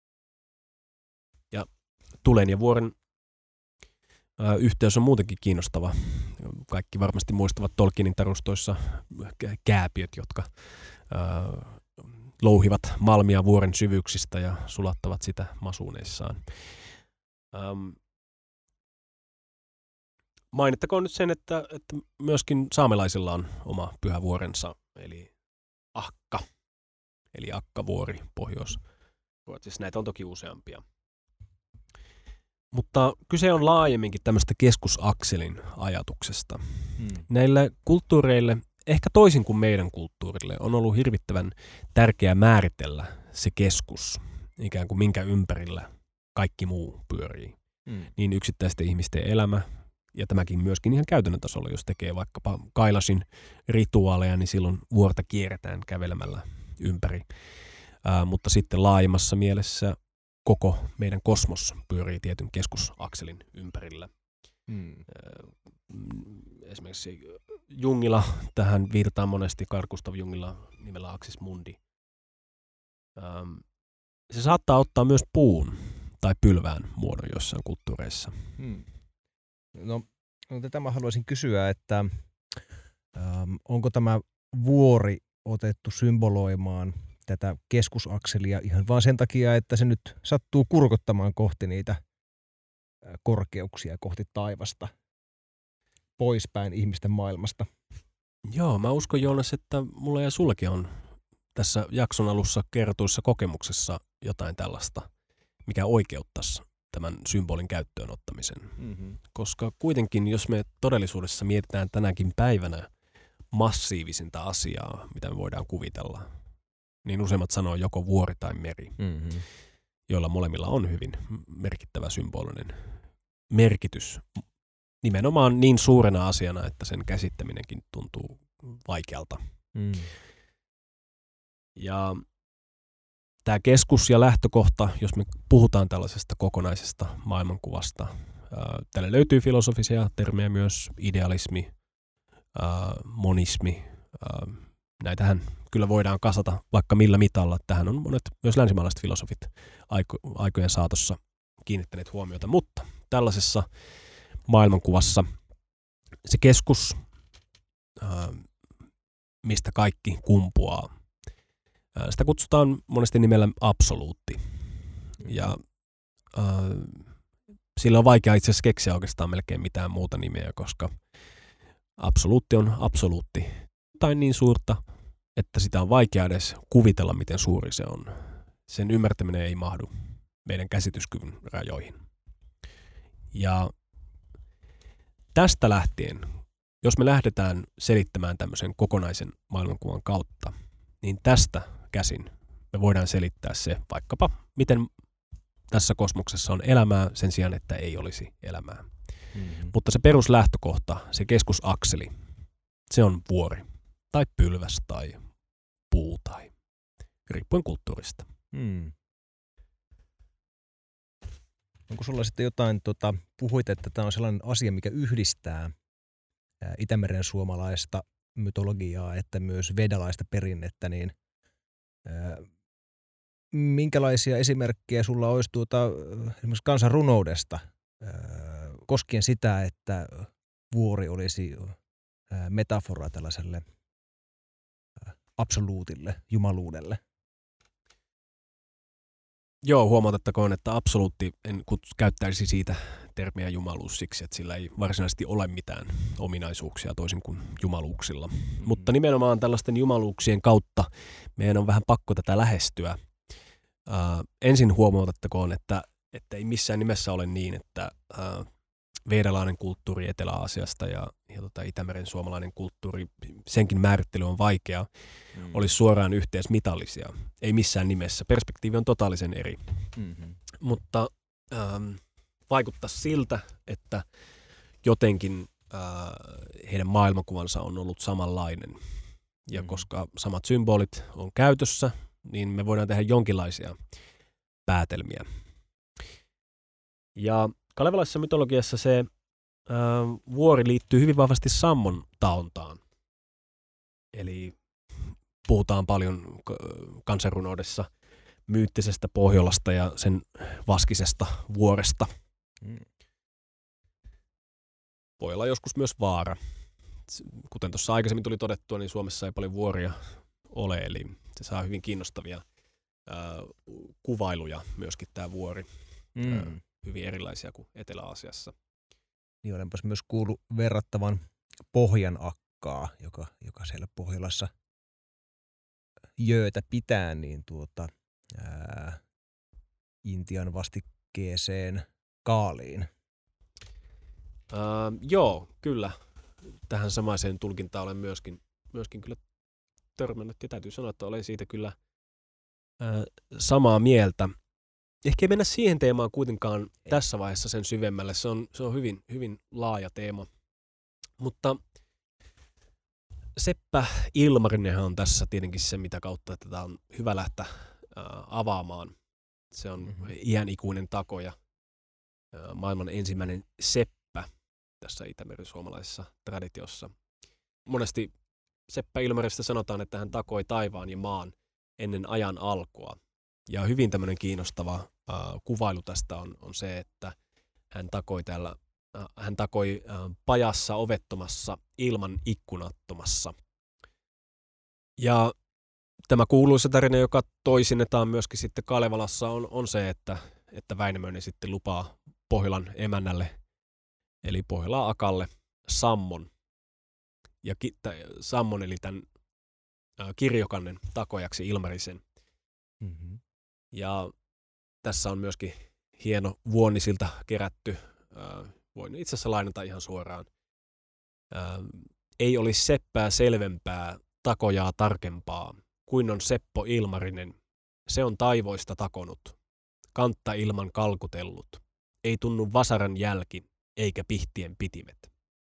Ja tulen ja vuoren ää, yhteys on muutenkin kiinnostava. Kaikki varmasti muistavat Tolkienin tarustoissa kääpiöt, jotka ää, louhivat malmia vuoren syvyyksistä ja sulattavat sitä masuuneissaan. Ähm, mainittakoon nyt sen, että, että myöskin saamelaisilla on oma pyhävuorensa, eli Akka, eli Akkavuori Pohjois-Ruotsissa. Näitä on toki useampia. Mutta kyse on laajemminkin tämmöistä keskusakselin ajatuksesta. Hmm. Näille kulttuureille, ehkä toisin kuin meidän kulttuurille, on ollut hirvittävän tärkeää määritellä se keskus, ikään kuin minkä ympärillä kaikki muu pyörii. Hmm. Niin yksittäisten ihmisten elämä, ja tämäkin myöskin ihan käytännön tasolla, jos tekee vaikkapa Kailashin rituaaleja, niin silloin vuorta kierretään kävelemällä ympäri. Ää, mutta sitten laajemmassa mielessä koko meidän kosmos pyörii tietyn keskusakselin ympärillä. Hmm. Esimerkiksi Jungilla tähän viitataan monesti, Carl Gustav Jungilla nimellä Axis Mundi. Se saattaa ottaa myös puun tai pylvään muodon jossain kulttuureissa. Hmm. No, no tätä mä haluaisin kysyä, että ähm, onko tämä vuori otettu symboloimaan tätä keskusakselia ihan vaan sen takia, että se nyt sattuu kurkottamaan kohti niitä korkeuksia, kohti taivasta, poispäin ihmisten maailmasta. Joo, mä uskon, Joonas, että mulla ja sullakin on tässä jakson alussa kerrotuissa kokemuksessa jotain tällaista, mikä oikeuttaisi tämän symbolin käyttöön ottamisen. Mm-hmm. Koska kuitenkin, jos me todellisuudessa mietitään tänäkin päivänä massiivisinta asiaa, mitä me voidaan kuvitella, niin useimmat sanoo joko vuori tai meri, mm-hmm. joilla molemmilla on hyvin merkittävä symbolinen merkitys. Nimenomaan niin suurena asiana, että sen käsittäminenkin tuntuu vaikealta. Mm. Ja tämä keskus ja lähtökohta, jos me puhutaan tällaisesta kokonaisesta maailmankuvasta, ää, tälle löytyy filosofisia termejä myös, idealismi, ää, monismi. Ää, näitähän kyllä voidaan kasata vaikka millä mitalla. Tähän on monet myös länsimaalaiset filosofit aiko, aikojen saatossa kiinnittäneet huomiota, mutta tällaisessa maailmankuvassa se keskus, ää, mistä kaikki kumpuaa, ää, sitä kutsutaan monesti nimellä absoluutti. Ja ää, sillä on vaikea itse asiassa keksiä oikeastaan melkein mitään muuta nimeä, koska absoluutti on absoluutti. Tai niin suurta, että sitä on vaikea edes kuvitella, miten suuri se on. Sen ymmärtäminen ei mahdu meidän käsityskyvyn rajoihin. Ja tästä lähtien, jos me lähdetään selittämään tämmöisen kokonaisen maailmankuvan kautta, niin tästä käsin me voidaan selittää se vaikkapa, miten tässä kosmoksessa on elämää sen sijaan, että ei olisi elämää. Mm-hmm. Mutta se peruslähtökohta, se keskusakseli, se on vuori tai pylväs tai puu tai riippuen kulttuurista. Hmm. Onko sulla sitten jotain, tota, puhuit, että tämä on sellainen asia, mikä yhdistää ää, Itämeren suomalaista mytologiaa, että myös vedalaista perinnettä, niin ää, minkälaisia esimerkkejä sulla olisi tuota, esimerkiksi kansanrunoudesta ää, koskien sitä, että vuori olisi ää, metafora tällaiselle ää, absoluutille, jumaluudelle? Joo, huomautettakoon, että absoluutti en käyttäisi siitä termiä jumaluus siksi, että sillä ei varsinaisesti ole mitään ominaisuuksia toisin kuin jumaluuksilla. Mm-hmm. Mutta nimenomaan tällaisten jumaluuksien kautta meidän on vähän pakko tätä lähestyä. Äh, ensin huomautettakoon, että, että ei missään nimessä ole niin, että äh, vedalainen kulttuuri Etelä-Aasiasta ja, ja tota Itämeren suomalainen kulttuuri, senkin määrittely on vaikea, mm. olisi suoraan yhteismitallisia. Ei missään nimessä. Perspektiivi on totaalisen eri. Mm-hmm. Mutta ähm, vaikuttaa siltä, että jotenkin äh, heidän maailmankuvansa on ollut samanlainen. Ja mm-hmm. koska samat symbolit on käytössä, niin me voidaan tehdä jonkinlaisia päätelmiä. Ja kalevalaisessa mytologiassa se äh, vuori liittyy hyvin vahvasti Sammon taontaan. Eli puhutaan paljon kansanrunoudessa myyttisestä Pohjolasta ja sen vaskisesta vuoresta. Mm. Voi olla joskus myös vaara. Kuten tuossa aikaisemmin tuli todettua, niin Suomessa ei paljon vuoria ole, eli se saa hyvin kiinnostavia äh, kuvailuja myöskin tämä vuori. Mm. Äh, hyvin erilaisia kuin Etelä-Aasiassa. Niin olenpas myös kuullut verrattavan Pohjan akkaa, joka, joka siellä Pohjolassa jöötä pitää, niin tuota, ää, Intian vastikkeeseen kaaliin. Äh, joo, kyllä. Tähän samaiseen tulkintaan olen myöskin, myöskin kyllä törmännyt, ja täytyy sanoa, että olen siitä kyllä äh, samaa mieltä. Ehkä ei mennä siihen teemaan kuitenkaan ei. Tässä vaiheessa sen syvemmälle. Se on, se on hyvin, hyvin laaja teema. Mutta Seppä Ilmarinenhan on tässä tietenkin se, mitä kautta tätä on hyvä lähteä ää, avaamaan. Se on mm-hmm. iänikuinen tako ja ää, maailman ensimmäinen seppä tässä Itämeren suomalaisessa traditiossa. Monesti Seppä Ilmarista sanotaan, että hän takoi taivaan ja maan ennen ajan alkua. Ja hyvin tämmöinen kiinnostava äh, kuvailu tästä on, on se, että hän takoi täällä, äh, hän takoi äh, pajassa ovettomassa ilman ikkunattomassa. Ja tämä kuuluisa tarina, joka toisinnetaan myöskin sitten Kalevalassa, on, on se, että, että Väinämöinen sitten lupaa Pohjolan emännälle, eli Pohjolan akalle, Sammon. Ja ki, t- Sammon eli tämän äh, kirjokannen takojaksi Ilmarisen. Mm-hmm. Ja tässä on myöskin hieno Vuonisilta kerätty, äh, voin itse asiassa lainata ihan suoraan. Äh, ei olisi seppää selvempää, takojaa tarkempaa, kuin on Seppo Ilmarinen. Se on taivoista takonut, kantta ilman kalkutellut. Ei tunnu vasaran jälki, eikä pihtien pitimet.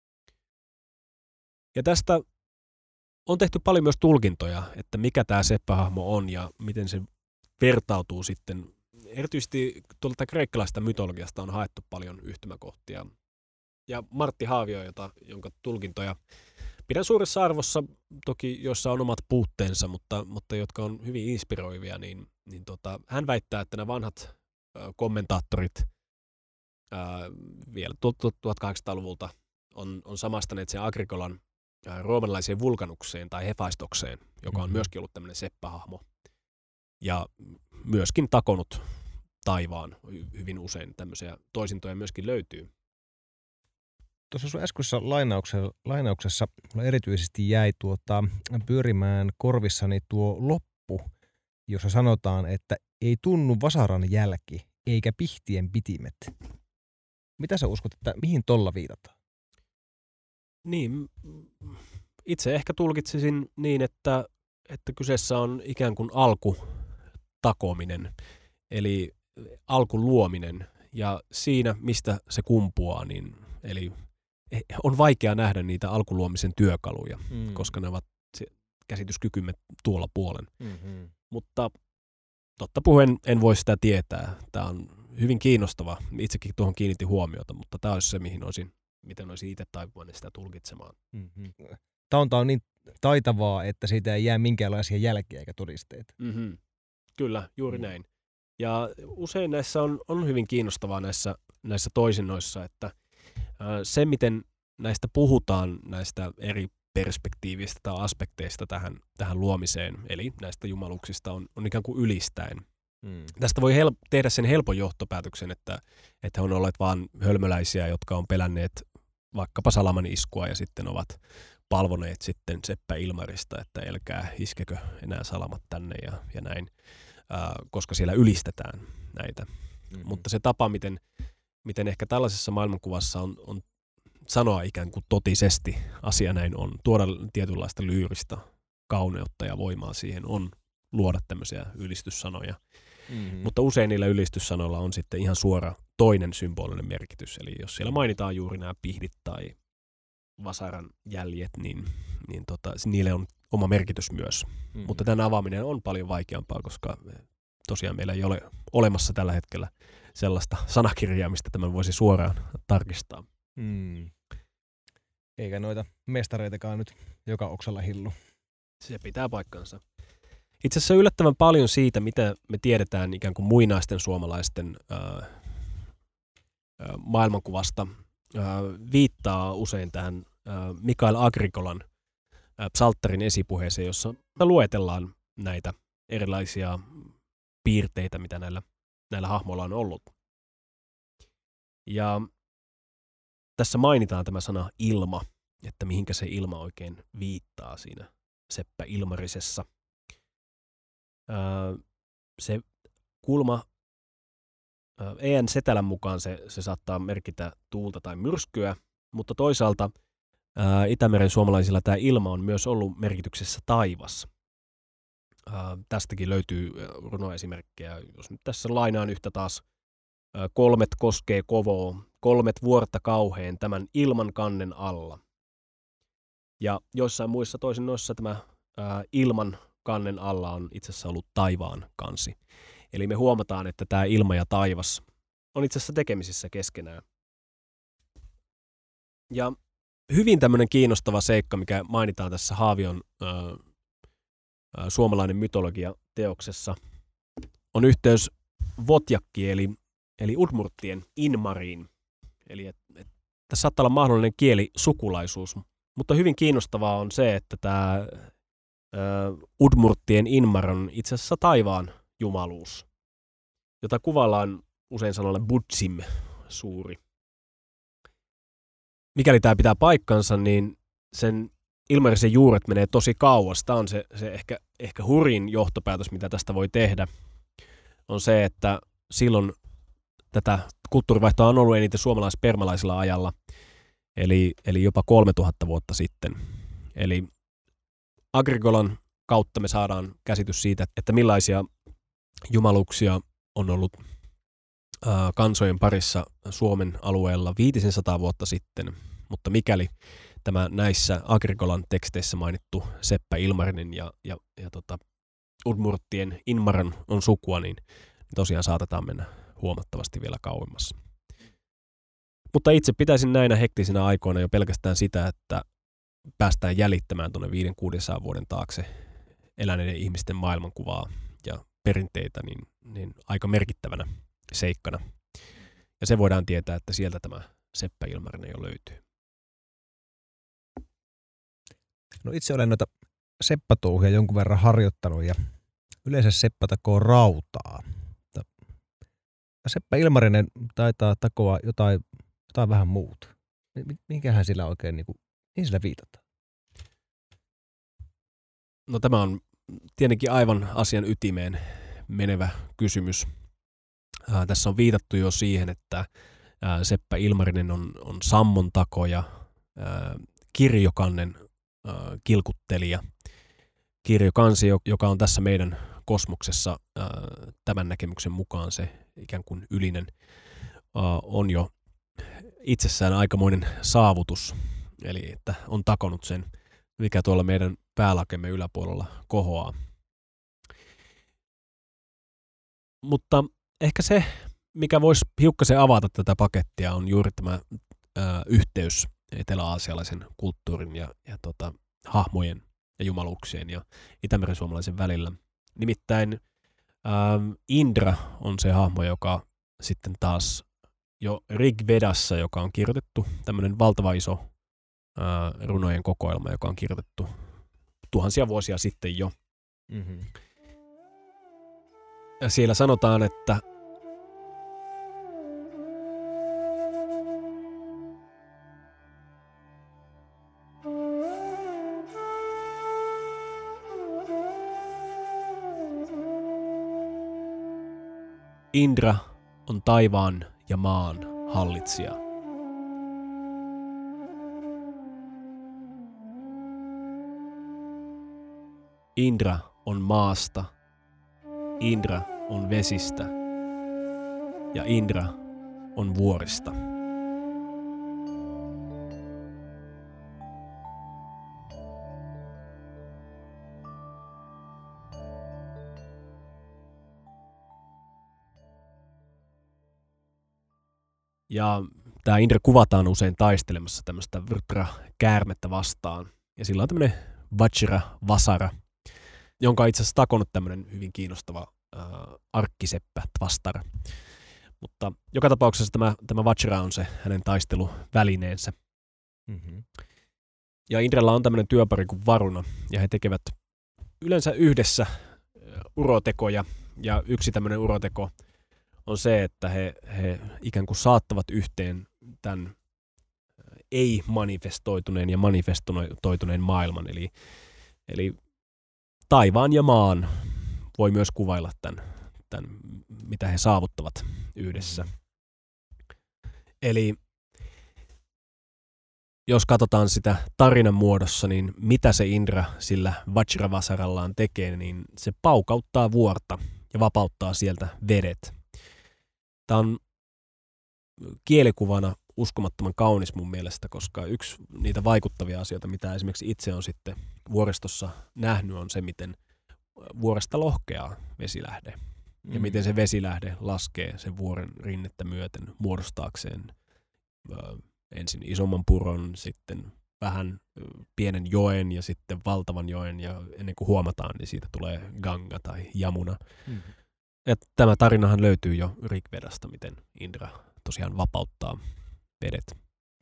Ja tästä on tehty paljon myös tulkintoja, että mikä tämä seppähahmo on ja miten se vertautuu sitten. Erityisesti tuolta kreikkalaisesta mytologiasta on haettu paljon yhtymäkohtia. Ja Martti Haavio, jota, jonka tulkintoja pidän suuressa arvossa, toki joissa on omat puutteensa, mutta, mutta jotka on hyvin inspiroivia, niin, niin tota, hän väittää, että nämä vanhat ö, kommentaattorit ö, vielä tuhatkahdeksansataaluvulta on, on samastaneet sen Agricolan ö, roomalaiseen vulkanukseen tai Hefaistokseen, joka on mm-hmm. myöskin ollut tämmöinen seppähahmo. Ja myöskin takonut taivaan. Hyvin usein tämmöisiä toisintoja myöskin löytyy. tuossa sun äskeisessä lainauksessa, lainauksessa mulla erityisesti jäi tuota, pyörimään korvissani tuo loppu, jossa sanotaan, että ei tunnu vasaran jälki eikä pihtien pitimet. Mitä sä uskot, että mihin tolla viitataan? Niin, itse ehkä tulkitsisin niin, että, että kyseessä on ikään kuin alkutakominen, eli alkuluominen. Ja siinä, mistä se kumpuaa, niin, eli on vaikea nähdä niitä alkuluomisen työkaluja, mm. koska ne ovat käsityskykymme tuolla puolen. Mm-hmm. Mutta totta puheen en voi sitä tietää. Tämä on hyvin kiinnostava. Itsekin tuohon kiinnitin huomiota, mutta tämä olisi se, mihin olisin, miten olisin itse taipuvainen sitä tulkitsemaan. Mm-hmm. Taunta on niin taitavaa, että siitä ei jää minkäänlaisia jälkeä eikä todisteita. Mm-hmm. Kyllä, juuri mm. näin. Ja usein näissä on, on hyvin kiinnostavaa näissä, näissä toisinnoissa, että ää, se, miten näistä puhutaan, näistä eri perspektiivistä tai aspekteista tähän, tähän luomiseen, eli näistä jumaluksista on, on ikään kuin ylistäen. Mm. Tästä voi hel- tehdä sen helpon johtopäätöksen, että, että he on olleet vaan hölmöläisiä, jotka on pelänneet vaikkapa salaman iskua ja sitten ovat palvoneet sitten Seppä Ilmarista, että älkää iskekö enää salamat tänne ja, ja näin. Koska siellä ylistetään näitä. Mm-hmm. Mutta se tapa, miten, miten ehkä tällaisessa maailmankuvassa on, on sanoa ikään kuin totisesti asia näin on, tuoda tietynlaista lyyristä kauneutta ja voimaa siihen, on luoda tämmöisiä ylistyssanoja. Mm-hmm. Mutta usein niillä ylistyssanoilla on sitten ihan suora toinen symbolinen merkitys. Eli jos siellä mainitaan juuri nämä pihdit tai vasaran jäljet, niin, niin tota, niille on oma merkitys myös. Mm-hmm. Mutta tämän avaaminen on paljon vaikeampaa, koska tosiaan meillä ei ole olemassa tällä hetkellä sellaista sanakirjaa, mistä tämän voisi suoraan tarkistaa. Mm. Eikä noita mestareitakaan nyt joka oksalla hillu. Se pitää paikkansa. Itse asiassa yllättävän paljon siitä, mitä me tiedetään ikään kuin muinaisten suomalaisten ää, ää, maailmankuvasta, ää, viittaa usein tähän ää, Mikael Agricolan ää, psaltterin esipuheeseen, jossa luetellaan näitä erilaisia piirteitä, mitä näillä, näillä hahmoilla on ollut. Ja tässä mainitaan tämä sana ilma, että mihinkä se ilma oikein viittaa siinä Seppä Ilmarisessa. Öö, se kulma, öö, E N Setälän mukaan se, se saattaa merkitä tuulta tai myrskyä, mutta toisaalta öö, Itämeren suomalaisilla tämä ilma on myös ollut merkityksessä taivas. Öö, tästäkin löytyy runoesimerkkejä. Jos nyt tässä lainaan yhtä taas. Öö, kolmet koskee kovoo, kolmet vuorta kauheen tämän ilman kannen alla. Ja joissain muissa toisinnoissa tämä ää, ilman kannen alla on itse asiassa ollut taivaan kansi. Eli me huomataan, että tämä ilma ja taivas on itse asiassa tekemisissä keskenään. Ja hyvin tämmöinen kiinnostava seikka, mikä mainitaan tässä Haavion ää, ää, suomalainen mytologia teoksessa, on yhteys Votjakki eli, eli Udmurttien Inmariin. Eli et, et, tässä saattaa olla mahdollinen kielisukulaisuus. Mutta hyvin kiinnostavaa on se, että tämä Udmurttien Inmar on itse asiassa taivaan jumaluus, jota kuvaillaan usein sanalla Budsim, suuri. Mikäli tämä pitää paikkansa, niin sen Ilmarisen juuret menee tosi kauas. Tämä on se, se ehkä, ehkä hurjin johtopäätös, mitä tästä voi tehdä, on se, että silloin tätä kulttuurivaihtoa on ollut eniten suomalais-permalaisilla ajalla, Eli, eli jopa kolmetuhatta vuotta sitten. Eli Agricolan kautta me saadaan käsitys siitä, että millaisia jumaluksia on ollut ää, kansojen parissa Suomen alueella viisisataa vuotta sitten. Mutta mikäli tämä näissä Agricolan teksteissä mainittu Seppä Ilmarinen ja, ja, ja tota, Udmurttien Inmaran on sukua, niin tosiaan saatetaan mennä huomattavasti vielä kauemmas. Mutta itse pitäisin näinä hektisinä aikoina jo pelkästään sitä, että päästään jäljittämään tuonne viiden kuudensadan vuoden taakse eläneiden ihmisten maailmankuvaa ja perinteitä niin, niin aika merkittävänä seikkana. Ja se voidaan tietää, että sieltä tämä Seppä Ilmarinen jo löytyy. No itse olen noita seppätouhuja jonkun verran harjoittanut ja yleensä seppä takoo rautaa. Seppä Ilmarinen taitaa takoa jotain, jotain vähän muuta. Minkähän sillä oikein, niin kuin, mihin sillä viitataan? No tämä on tietenkin aivan asian ytimeen menevä kysymys. Ää, tässä on viitattu jo siihen, että ää, Seppä Ilmarinen on, on sammon takoja, ää, kirjokannen ää, kilkuttelija. Kirjokansi, joka on tässä meidän kosmoksessa ää, tämän näkemyksen mukaan se ikään kuin ylinen, ää, on jo itsessään aikamoinen saavutus. Eli että on takonut sen, mikä tuolla meidän päälakemme yläpuolella kohoaa. Mutta ehkä se, mikä voisi hiukkasen avata tätä pakettia, on juuri tämä ää, yhteys etelä-aasialaisen kulttuurin ja, ja tota, hahmojen ja jumaluuksien ja Itämeren suomalaisen välillä. Nimittäin ää, Indra on se hahmo, joka sitten taas jo Rigvedassa, joka on kirjoitettu, tämmöinen valtava iso ää, runojen kokoelma, joka on kirjoitettu tuhansia vuosia sitten jo. Mm-hmm. Ja siellä sanotaan, että Indra on taivaan ja maan hallitsija. Indra on maasta, Indra on vesistä ja Indra on vuorista. Ja tämä Indra kuvataan usein taistelemassa tämmöistä Vrutra-käärmettä vastaan. Ja sillä on tämmöinen Vajra Vasara, jonka on itse asiassa takonut tämmöinen hyvin kiinnostava äh, arkkiseppä Tvastara. Mutta joka tapauksessa tämä, tämä Vajra on se hänen taisteluvälineensä. Mm-hmm. Ja Indralla on tämmöinen työpari kuin Varuna, ja he tekevät yleensä yhdessä urotekoja. Ja yksi tämmöinen uroteko on se, että he, he ikään kuin saattavat yhteen tämän ei-manifestoituneen ja manifestoituneen maailman. Eli, eli taivaan ja maan voi myös kuvailla tämän, tämän mitä he saavuttavat yhdessä. Eli jos katsotaan sitä tarinan muodossa, niin mitä se Indra sillä Vajravasarallaan tekee, niin se paukauttaa vuorta ja vapauttaa sieltä vedet. Tämä on kielikuvana uskomattoman kaunis mun mielestä, koska yksi niitä vaikuttavia asioita, mitä esimerkiksi itse on sitten vuoristossa nähnyt, on se, miten vuoresta lohkeaa vesilähde. Mm. Ja miten se vesilähde laskee sen vuoren rinnettä myöten muodostaakseen ö, ensin isomman puron, sitten vähän pienen joen ja sitten valtavan joen, ja ennen kuin huomataan, niin siitä tulee Ganga tai Jamuna. Mm. Ja tämä tarinahan löytyy jo Rigvedasta, miten Indra tosiaan vapauttaa vedet.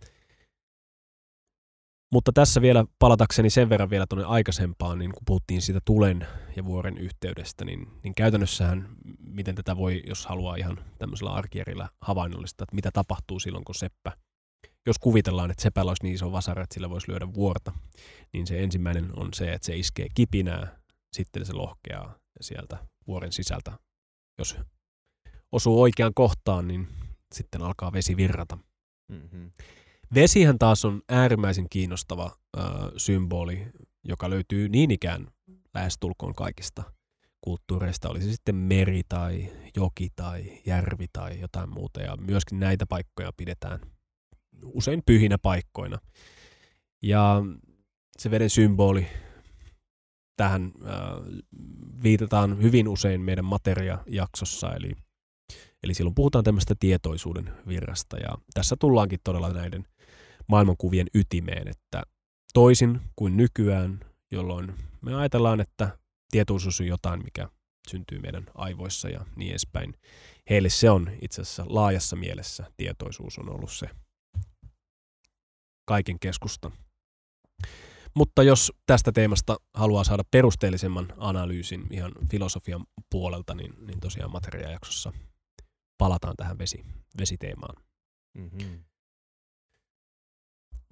Mutta tässä vielä palatakseni sen verran vielä tuonne aikaisempaan, niin kun puhuttiin siitä tulen ja vuoren yhteydestä, niin, niin käytännössähän, miten tätä voi, jos haluaa ihan tämmöisellä arkijärjellä havainnollistaa, että mitä tapahtuu silloin, kun seppä, jos kuvitellaan, että seppällä olisi niin iso vasara, että sillä voisi lyödä vuorta, niin se ensimmäinen on se, että se iskee kipinää, sitten se lohkeaa sieltä vuoren sisältä. Jos osuu oikeaan kohtaan, niin sitten alkaa vesi virrata. Mm-hmm. Vesihän taas on äärimmäisen kiinnostava äh, symboli, joka löytyy niin ikään lähestulkoon kaikista kulttuureista. Oli se sitten meri tai joki tai järvi tai jotain muuta. Ja myöskin näitä paikkoja pidetään usein pyhinä paikkoina. Ja se veden symboli, tähän äh, viitataan hyvin usein meidän materia-jaksossa, eli, eli silloin puhutaan tämmöistä tietoisuuden virrasta, ja tässä tullaankin todella näiden maailmankuvien ytimeen, että toisin kuin nykyään, jolloin me ajatellaan, että tietoisuus on jotain, mikä syntyy meidän aivoissa ja niin edespäin. Heille se on itse asiassa laajassa mielessä, tietoisuus on ollut se kaiken keskusta. Mutta jos tästä teemasta haluaa saada perusteellisemman analyysin ihan filosofian puolelta, niin, niin tosiaan materiaalijaksossa palataan tähän vesi, vesiteemaan. Mm-hmm.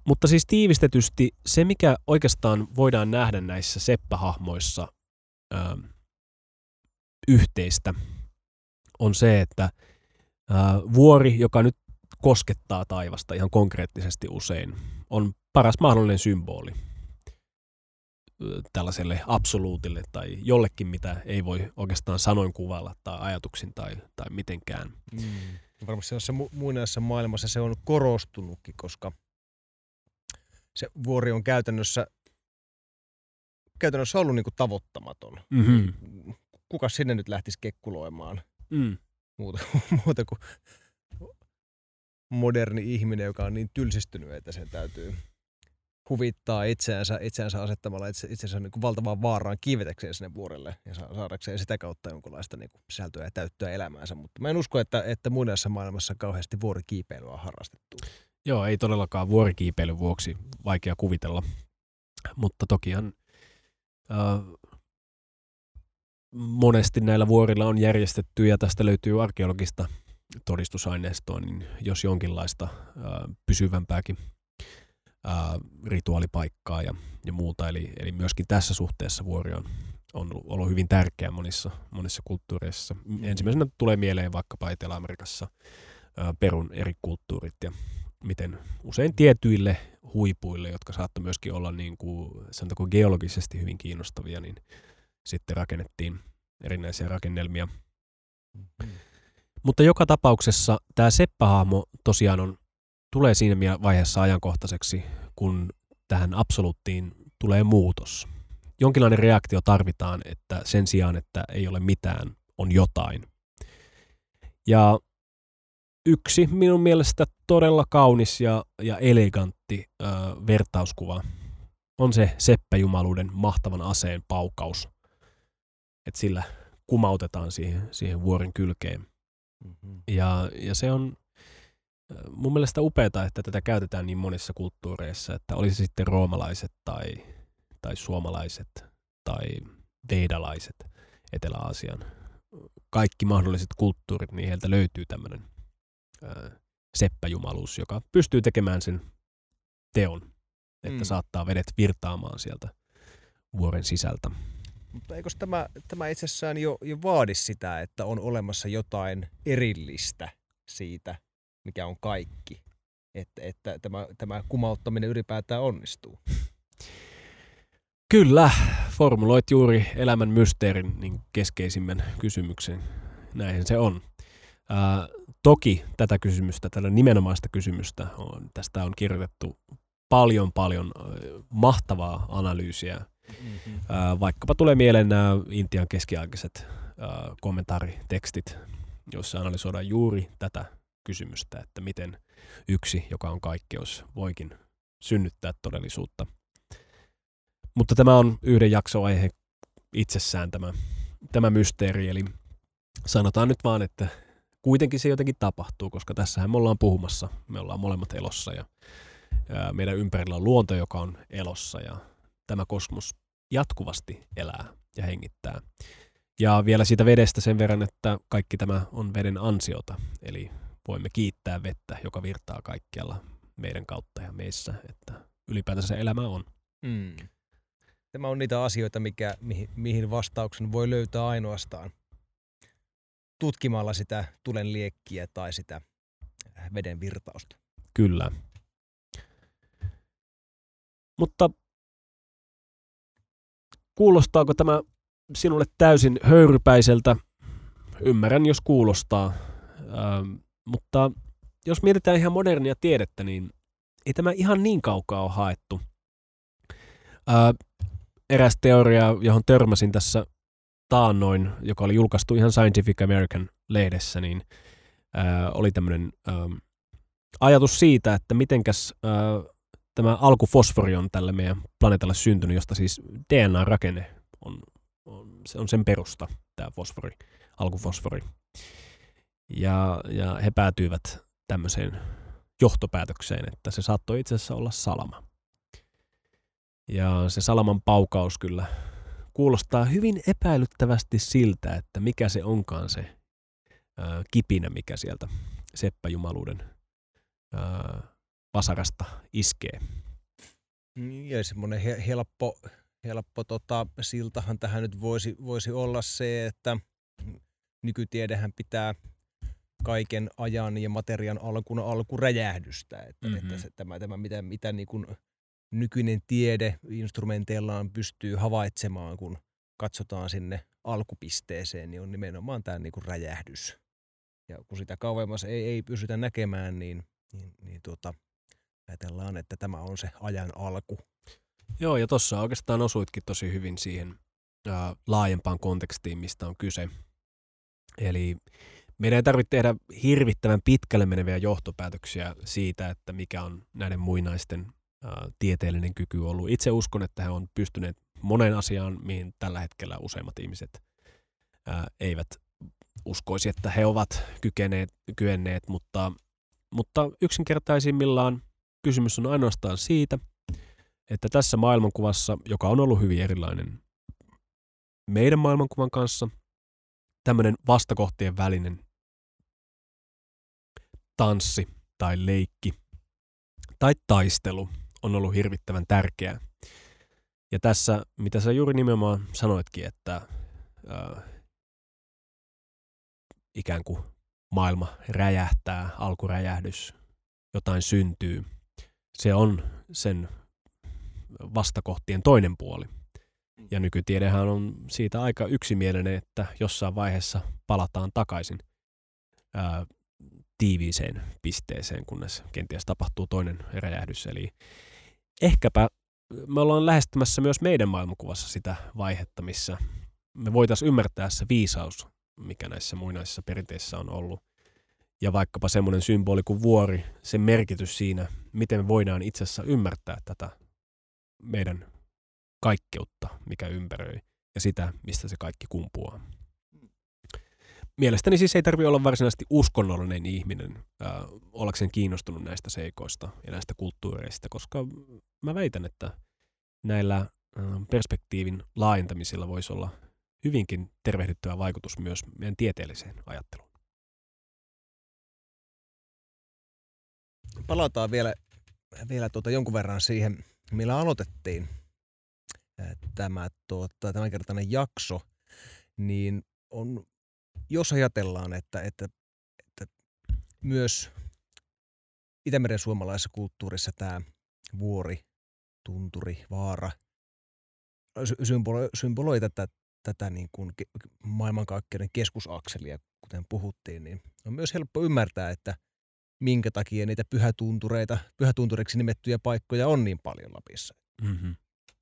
Mutta siis tiivistetysti se, mikä oikeastaan voidaan nähdä näissä seppähahmoissa ää, yhteistä, on se, että ää, vuori, joka nyt koskettaa taivasta ihan konkreettisesti usein, on paras mahdollinen symboli tällaiselle absoluutille tai jollekin, mitä ei voi oikeastaan sanoin kuvailla tai ajatuksin tai, tai mitenkään. Mm. Varmasti se muinaisessa maailmassa se on korostunutkin, koska se vuori on käytännössä, käytännössä ollut niin kuin tavoittamaton. Mm-hmm. Kuka sinne nyt lähtisi kekkuloimaan Mm. muuta, muuta kuin moderni ihminen, joka on niin tylsistynyt, että sen täytyy huvittaa itseänsä, itseänsä asettamalla itse, itsensä niin kuin valtavaan vaaraan kiivetäkseen sinne vuorelle ja saadakseen sitä kautta jonkunlaista niin kuin sisältöä ja täyttöä elämäänsä. Mutta mä en usko, että, että muinaisessa maailmassa kauheasti vuorikiipeilyä on harrastettu. Joo, ei todellakaan vuorikiipeilyn vuoksi vaikea kuvitella, mutta tokihan äh, monesti näillä vuorilla on järjestetty ja tästä löytyy arkeologista todistusaineistoa, niin jos jonkinlaista äh, pysyvämpääkin äh, rituaalipaikkaa ja, ja muuta. Eli, eli myöskin tässä suhteessa vuori on, on ollut hyvin tärkeä monissa, monissa kulttuureissa. Ensimmäisenä tulee mieleen vaikkapa Etelä-Amerikassa äh, Perun eri kulttuurit ja miten usein tietyille huipuille, jotka saattoi myöskin olla niin kuin, sanotaanko geologisesti hyvin kiinnostavia, niin sitten rakennettiin erinäisiä rakennelmia. Mm-hmm. Mutta joka tapauksessa tämä seppähahmo tosiaan on, tulee siinä vaiheessa ajankohtaiseksi, kun tähän absoluuttiin tulee muutos. Jonkinlainen reaktio tarvitaan, että sen sijaan, että ei ole mitään, on jotain. Ja yksi minun mielestä todella kaunis ja, ja elegantti ö, vertauskuva on se seppäjumaluuden mahtavan aseen paukaus. Että sillä kumautetaan siihen, siihen vuoren kylkeen. Mm-hmm. Ja, ja se on mun mielestä upeata, että tätä käytetään niin monissa kulttuureissa, että olisi sitten roomalaiset tai, tai suomalaiset tai veidalaiset Etelä-Aasian. Kaikki mahdolliset kulttuurit, niin heiltä löytyy tämmöinen ää, seppäjumaluus, joka pystyy tekemään sen teon, että mm. saattaa vedet virtaamaan sieltä vuoren sisältä. Mutta eikö tämä, tämä itsessään jo, jo vaadi sitä, että on olemassa jotain erillistä siitä, mikä on kaikki, että, että tämä, tämä kumauttaminen ylipäätään onnistuu? Kyllä, formuloit juuri elämän mysteerin niin keskeisimmän kysymyksen. Näinhän se on. Ää, toki tätä kysymystä, tätä nimenomaista kysymystä, on, tästä on kirjoitettu paljon paljon mahtavaa analyysiä. Mm-hmm. Äh, vaikkapa tulee mieleen nämä Intian keskiaikaiset äh, kommentaaritekstit, joissa analysoidaan juuri tätä kysymystä, että miten yksi, joka on kaikkeus, voikin synnyttää todellisuutta. Mutta tämä on yhden jaksoaihe itsessään tämä, tämä mysteeri, eli sanotaan nyt vaan, että kuitenkin se jotenkin tapahtuu, koska tässähän me ollaan puhumassa, me ollaan molemmat elossa ja, ja meidän ympärillä on luonto, joka on elossa ja tämä kosmos jatkuvasti elää ja hengittää. Ja vielä siitä vedestä sen verran, että kaikki tämä on veden ansiota. Eli voimme kiittää vettä, joka virtaa kaikkialla meidän kautta ja meissä, että ylipäätänsä se elämä on. Mm. Tämä on niitä asioita, mikä, mihin, mihin vastauksen voi löytää ainoastaan tutkimalla sitä tulen liekkiä tai sitä veden virtausta. Kyllä. Mutta kuulostaako tämä sinulle täysin höyrypäiseltä? Ymmärrän, jos kuulostaa. Ähm, mutta jos mietitään ihan modernia tiedettä, niin ei tämä ihan niin kaukaa ole haettu. Äh, eräs teoria, johon törmäsin tässä taannoin, joka oli julkaistu ihan Scientific American-lehdessä, niin äh, oli tämmöinen äh, ajatus siitä, että mitenkäs äh, tämä alkufosfori on tälle meidän planeetalle syntynyt, josta siis D N A-rakenne on, on, se on sen perusta, tämä fosfori, alkufosfori. Ja, ja he päätyivät tämmöiseen johtopäätökseen, että se saattoi itse asiassa olla salama. Ja se salaman paukaus kyllä kuulostaa hyvin epäilyttävästi siltä, että mikä se onkaan se ää, kipinä, mikä sieltä seppäjumaluuden ää, vasarasta iskee. Ja semmoinen he, helppo, helppo tota, siltahan tähän nyt voisi, voisi olla se, että nykytiedehän pitää kaiken ajan ja materian alkuna alkuräjähdystä. Että, mm-hmm. että se, tämä, tämä, mitä, mitä niin kuin nykyinen tiede instrumenteillaan pystyy havaitsemaan, kun katsotaan sinne alkupisteeseen, niin on nimenomaan tämä niin kuin räjähdys. Ja kun sitä kauemmas ei, ei pysytä näkemään, niin, niin, niin tuota, ajatellaan, että tämä on se ajan alku. Joo, ja tuossa oikeastaan osuitkin tosi hyvin siihen ää, laajempaan kontekstiin, mistä on kyse. Eli meidän ei tarvitse tehdä hirvittävän pitkälle meneviä johtopäätöksiä siitä, että mikä on näiden muinaisten ää, tieteellinen kyky ollut. Itse uskon, että he on pystyneet moneen asiaan, mihin tällä hetkellä useimmat ihmiset ää, eivät uskoisi, että he ovat kykeneet, kyenneet, mutta, mutta yksinkertaisimmillaan kysymys on ainoastaan siitä, että tässä maailmankuvassa, joka on ollut hyvin erilainen meidän maailmankuvan kanssa, tämmöinen vastakohtien välinen tanssi tai leikki tai taistelu on ollut hirvittävän tärkeää. Ja tässä, mitä sä juuri nimenomaan sanoitkin, että ää, ikään kuin maailma räjähtää, alkuräjähdys, jotain syntyy. Se on sen vastakohtien toinen puoli. Ja nykytiedehän on siitä aika yksimielinen, että jossain vaiheessa palataan takaisin ää, tiiviiseen pisteeseen, kunnes kenties tapahtuu toinen räjähdys. Eli ehkäpä me ollaan lähestymässä myös meidän maailmankuvassa sitä vaihetta, missä me voitaisiin ymmärtää se viisaus, mikä näissä muinaisissa perinteissä on ollut. Ja vaikkapa semmoinen symboli kuin vuori, sen merkitys siinä, miten me voidaan itse asiassa ymmärtää tätä meidän kaikkeutta, mikä ympäröi, ja sitä, mistä se kaikki kumpuaa. Mielestäni siis ei tarvitse olla varsinaisesti uskonnollinen ihminen ää, ollakseen kiinnostunut näistä seikoista ja näistä kulttuureista, koska mä väitän, että näillä ää, perspektiivin laajentamisilla voisi olla hyvinkin tervehdyttävä vaikutus myös meidän tieteelliseen ajatteluun. Palataan vielä, vielä tuota jonkun verran siihen, millä aloitettiin tämä tuota, tämänkertainen jakso, niin on, jos ajatellaan, että, että, että myös Itämeren suomalaisessa kulttuurissa tämä vuori, tunturi, vaara symboloi, symboloi tätä, tätä niin kuin maailmankaikkeuden keskusakselia, kuten puhuttiin, niin on myös helppo ymmärtää, että minkä takia niitä pyhätuntureita, pyhätunturiksi nimettyjä paikkoja on niin paljon Lapissa. Mm-hmm.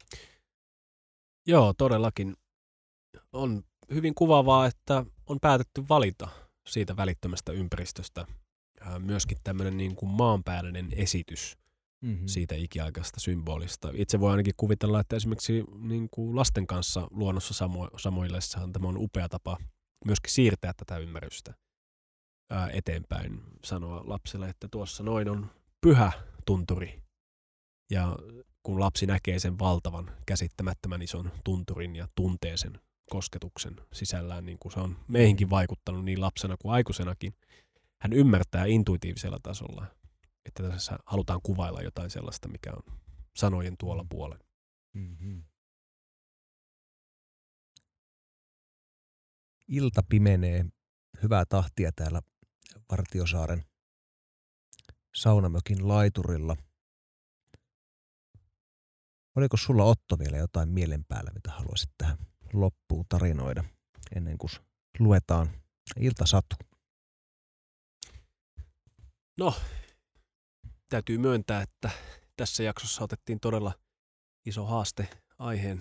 Joo, todellakin. On hyvin kuvaavaa, että on päätetty valita siitä välittömästä ympäristöstä myöskin tämmöinen niin kuin maanpäällinen esitys mm-hmm. siitä ikiaikaisesta symbolista. Itse voi ainakin kuvitella, että esimerkiksi niin kuin lasten kanssa luonnossa samo- samoillessahan tämä on upea tapa myöskin siirtää tätä ymmärrystä ää, eteenpäin. Sanoa lapselle, että tuossa noin on pyhä tunturi. Ja kun lapsi näkee sen valtavan, käsittämättömän ison tunturin ja tuntee sen kosketuksen sisällään, niin kuin se on meihinkin vaikuttanut niin lapsena kuin aikuisenakin, hän ymmärtää intuitiivisella tasolla, että tässä halutaan kuvailla jotain sellaista, mikä on sanojen tuolla puolen. Mm-hmm. Ilta pimenee hyvää tahtia täällä Vartiosaaren saunamökin laiturilla. Oliko sulla, Otto, vielä jotain mielen päällä, mitä haluaisit tähän loppuun tarinoida ennen kuin luetaan iltasatu? No, täytyy myöntää, että tässä jaksossa otettiin todella iso haaste aiheen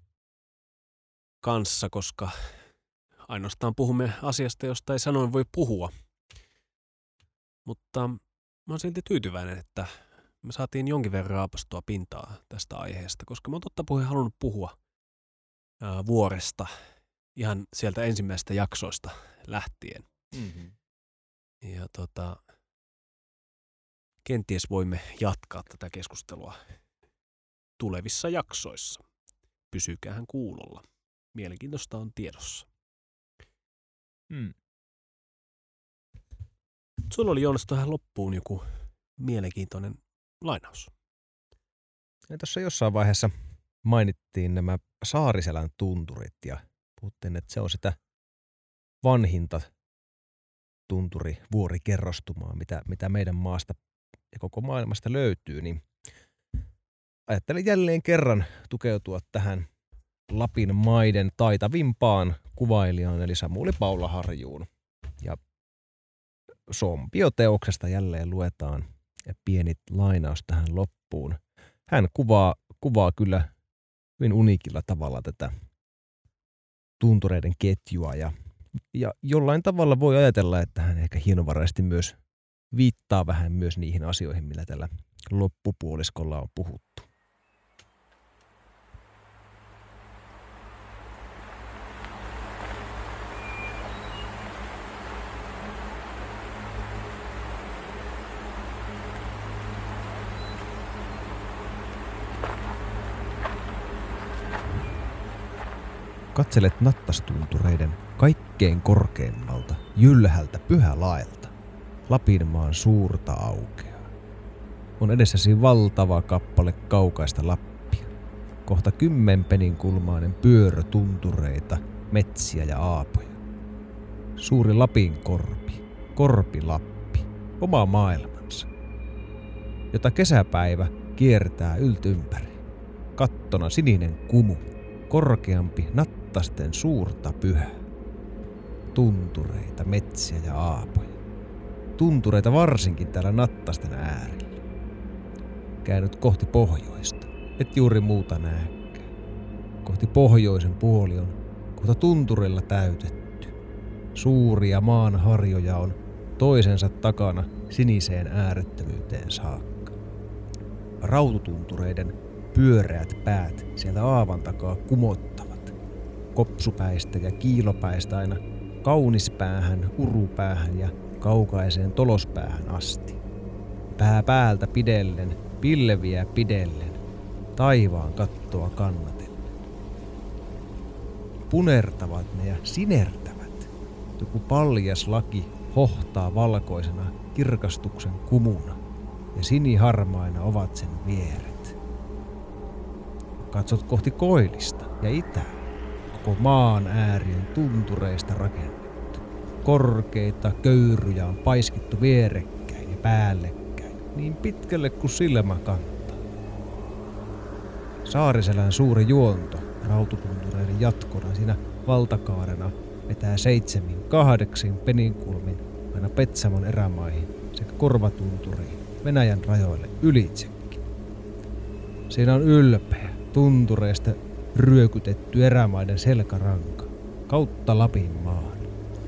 kanssa, koska ainoastaan puhumme asiasta, josta ei sanoin voi puhua. Mutta mä oon silti tyytyväinen, että me saatiin jonkin verran raapastua pintaa tästä aiheesta, koska mä oon totta puheen halunnut puhua ää, vuoresta ihan sieltä ensimmäistä jaksoista lähtien. Mm-hmm. Ja tota, kenties voimme jatkaa tätä keskustelua tulevissa jaksoissa. Pysykäähän kuulolla. Mielenkiintoista on tiedossa. Mm. Sulla oli, Joonas, tähän loppuun joku mielenkiintoinen lainaus. Ja tuossa jossain vaiheessa mainittiin nämä Saariselän tunturit ja puhuttiin, että se on sitä vanhinta tunturi vuorikerrostumaa, mitä, mitä meidän maasta ja koko maailmasta löytyy, niin ajattelin jälleen kerran tukeutua tähän Lapin maiden taitavimpaan kuvailijaan, eli Samuli Paulaharjuun. Ja Sompio-teoksesta jälleen luetaan pieni lainaus tähän loppuun. Hän kuvaa, kuvaa kyllä hyvin uniikilla tavalla tätä tuntureiden ketjua ja, ja jollain tavalla voi ajatella, että hän ehkä hienovaraisesti myös viittaa vähän myös niihin asioihin, millä tällä loppupuoliskolla on puhuttu. Katselet nattastuntureiden kaikkein korkeimmalta, jylhältä pyhälaelta, Lapinmaan suurta aukeaa. On edessäsi valtava kappale kaukaista Lappia, kohta kymmenpeninkulmainen pyörö tuntureita, metsiä ja aapoja. Suuri Lapin korpi, Korpilappi, oma maailmansa, jota kesäpäivä kiertää yltympäri. Kattona sininen kumu, korkeampi nattasten suurta pyhää. Tuntureita, metsiä ja aapoja. Tuntureita varsinkin täällä nattasten äärillä. Käännyt kohti pohjoista, et juuri muuta näekään. Kohti pohjoisen puoli on kohta tunturilla täytetty. Suuria maan harjoja on toisensa takana siniseen äärettömyyteen saakka. Raututuntureiden pyöreät päät sieltä aavan takaa kumottavat. Kopsupäistä ja kiilopäistä aina kaunispäähän, urupäähän ja kaukaiseen tolospäähän asti. Pää päältä pidellen, pilviä pidellen, taivaan kattoa kannatellen. Punertavat ne ja sinertävät. Joku paljas laki hohtaa valkoisena kirkastuksen kumuna ja siniharmaina ovat sen vieret. Katsot kohti koillista ja itää. Koko maan äärien tuntureista rakennettu. Korkeita köyryjä on paiskittu vierekkäin ja päällekkäin, niin pitkälle kuin silmä kantaa. Saariselän suuri juonto raututuntureiden jatkona siinä valtakaarena vetää seitsemin, kahdeksin peninkulmin aina Petsamon erämaihin sekä Korvatunturiin Venäjän rajoille ylitsekin. Siinä on ylpeä, tuntureista ryökytetty erämaiden selkäranka kautta Lapin maan.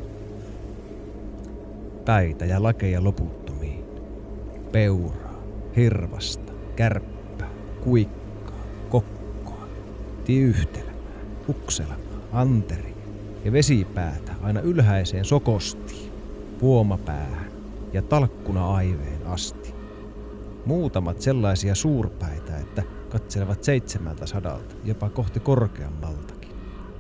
Päitä ja lakeja loputtomiin. Peuraa, hirvasta, kärppää, kuikkaa, kokkoa, tiyyhtelmää, ukselamaa, anteria ja vesipäätä aina ylhäiseen sokostiin, puomapäähän ja talkkuna-aiveen asti. Muutamat sellaisia suurpäitä, että katselevat seitsemältä sadalta, jopa kohti korkeammaltakin.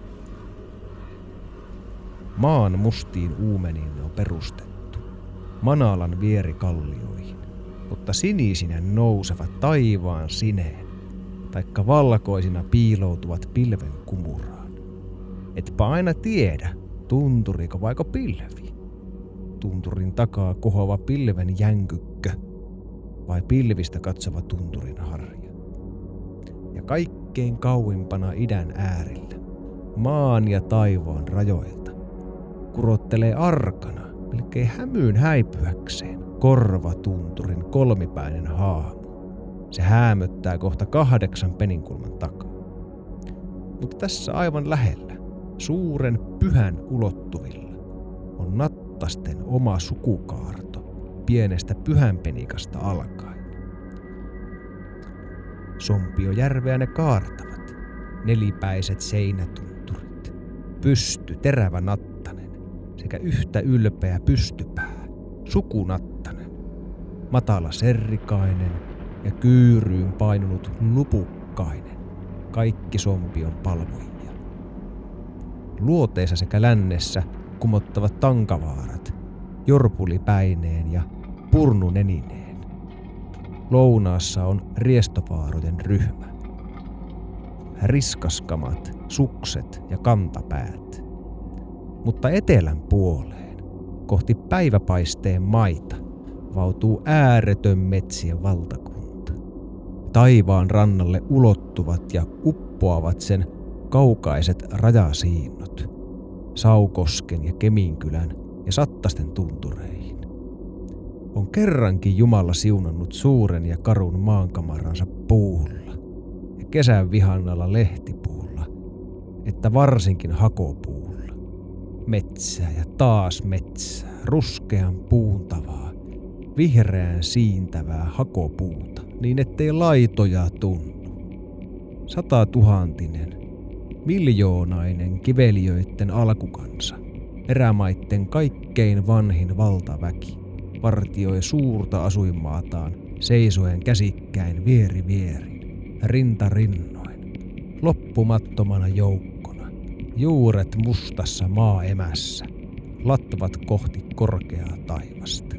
Maan mustiin uumeniin ne on perustettu, Manalan vierikallioihin, mutta sinisinä nousevat taivaan sineen, taikka valkoisina piiloutuvat pilven kumuraan. Etpä aina tiedä, tunturiko vaiko pilvi. Tunturin takaa kohova pilven jänkykkö vai pilvistä katsova tunturin harja. Ja kaikkein kauimpana idän äärillä, maan ja taivaan rajoilta, kurottelee arkana, melkein hämyyn häipyäkseen, Korvatunturin kolmipäinen haamu. Se häämöttää kohta kahdeksan peninkulman takaa. Mutta tässä aivan lähellä, suuren pyhän ulottuvilla, on nattasten oma sukukaarto pienestä pyhänpenikasta alkaen. Sompiojärveä ne kaartavat, nelipäiset seinätunturit, pysty, terävä nattanen sekä yhtä ylpeä pystypää, sukunattanen, matala serrikainen ja kyyryyn painunut lupukkainen, kaikki Sompion palvojia. Luoteissa sekä lännessä kumottavat tankavaarat, jorpulipäineen ja purnunenineen. lounaassa on riestopaarojen ryhmä. Riskaskamat, sukset ja kantapäät. Mutta etelän puoleen, kohti päiväpaisteen maita, vautuu ääretön metsien valtakunta. Taivaan rannalle ulottuvat ja uppoavat sen kaukaiset rajasiinnot, Saukosken ja Keminkylän ja Sattasten tuntureihin. On kerrankin Jumala siunannut suuren ja karun maankamaransa puulla ja kesän vihannalla lehtipuulla, että varsinkin hakopuulla. Metsää ja taas metsää, ruskean puuntavaa, vihreän siintävää hakopuuta, niin ettei laitoja tunnu. Satatuhantinen, miljoonainen kivelijöitten alkukansa, erämaitten kaikkein vanhin valtaväki, vartioi suurta asuinmaataan seisoen käsikkäin vieri vierin, rinta rinnoin, loppumattomana joukkona, juuret mustassa maaemässä, latvat kohti korkeaa taivasta.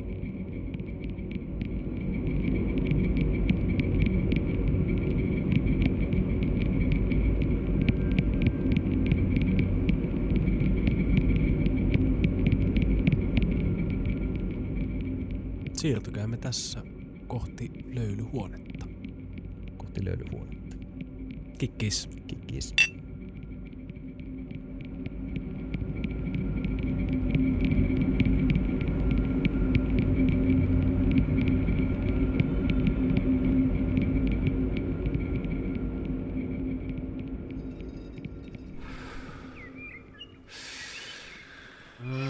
Siirtykäämme tässä kohti löylyhuonetta. Kohti löylyhuonetta. Kikkis. Kikkis. Mm.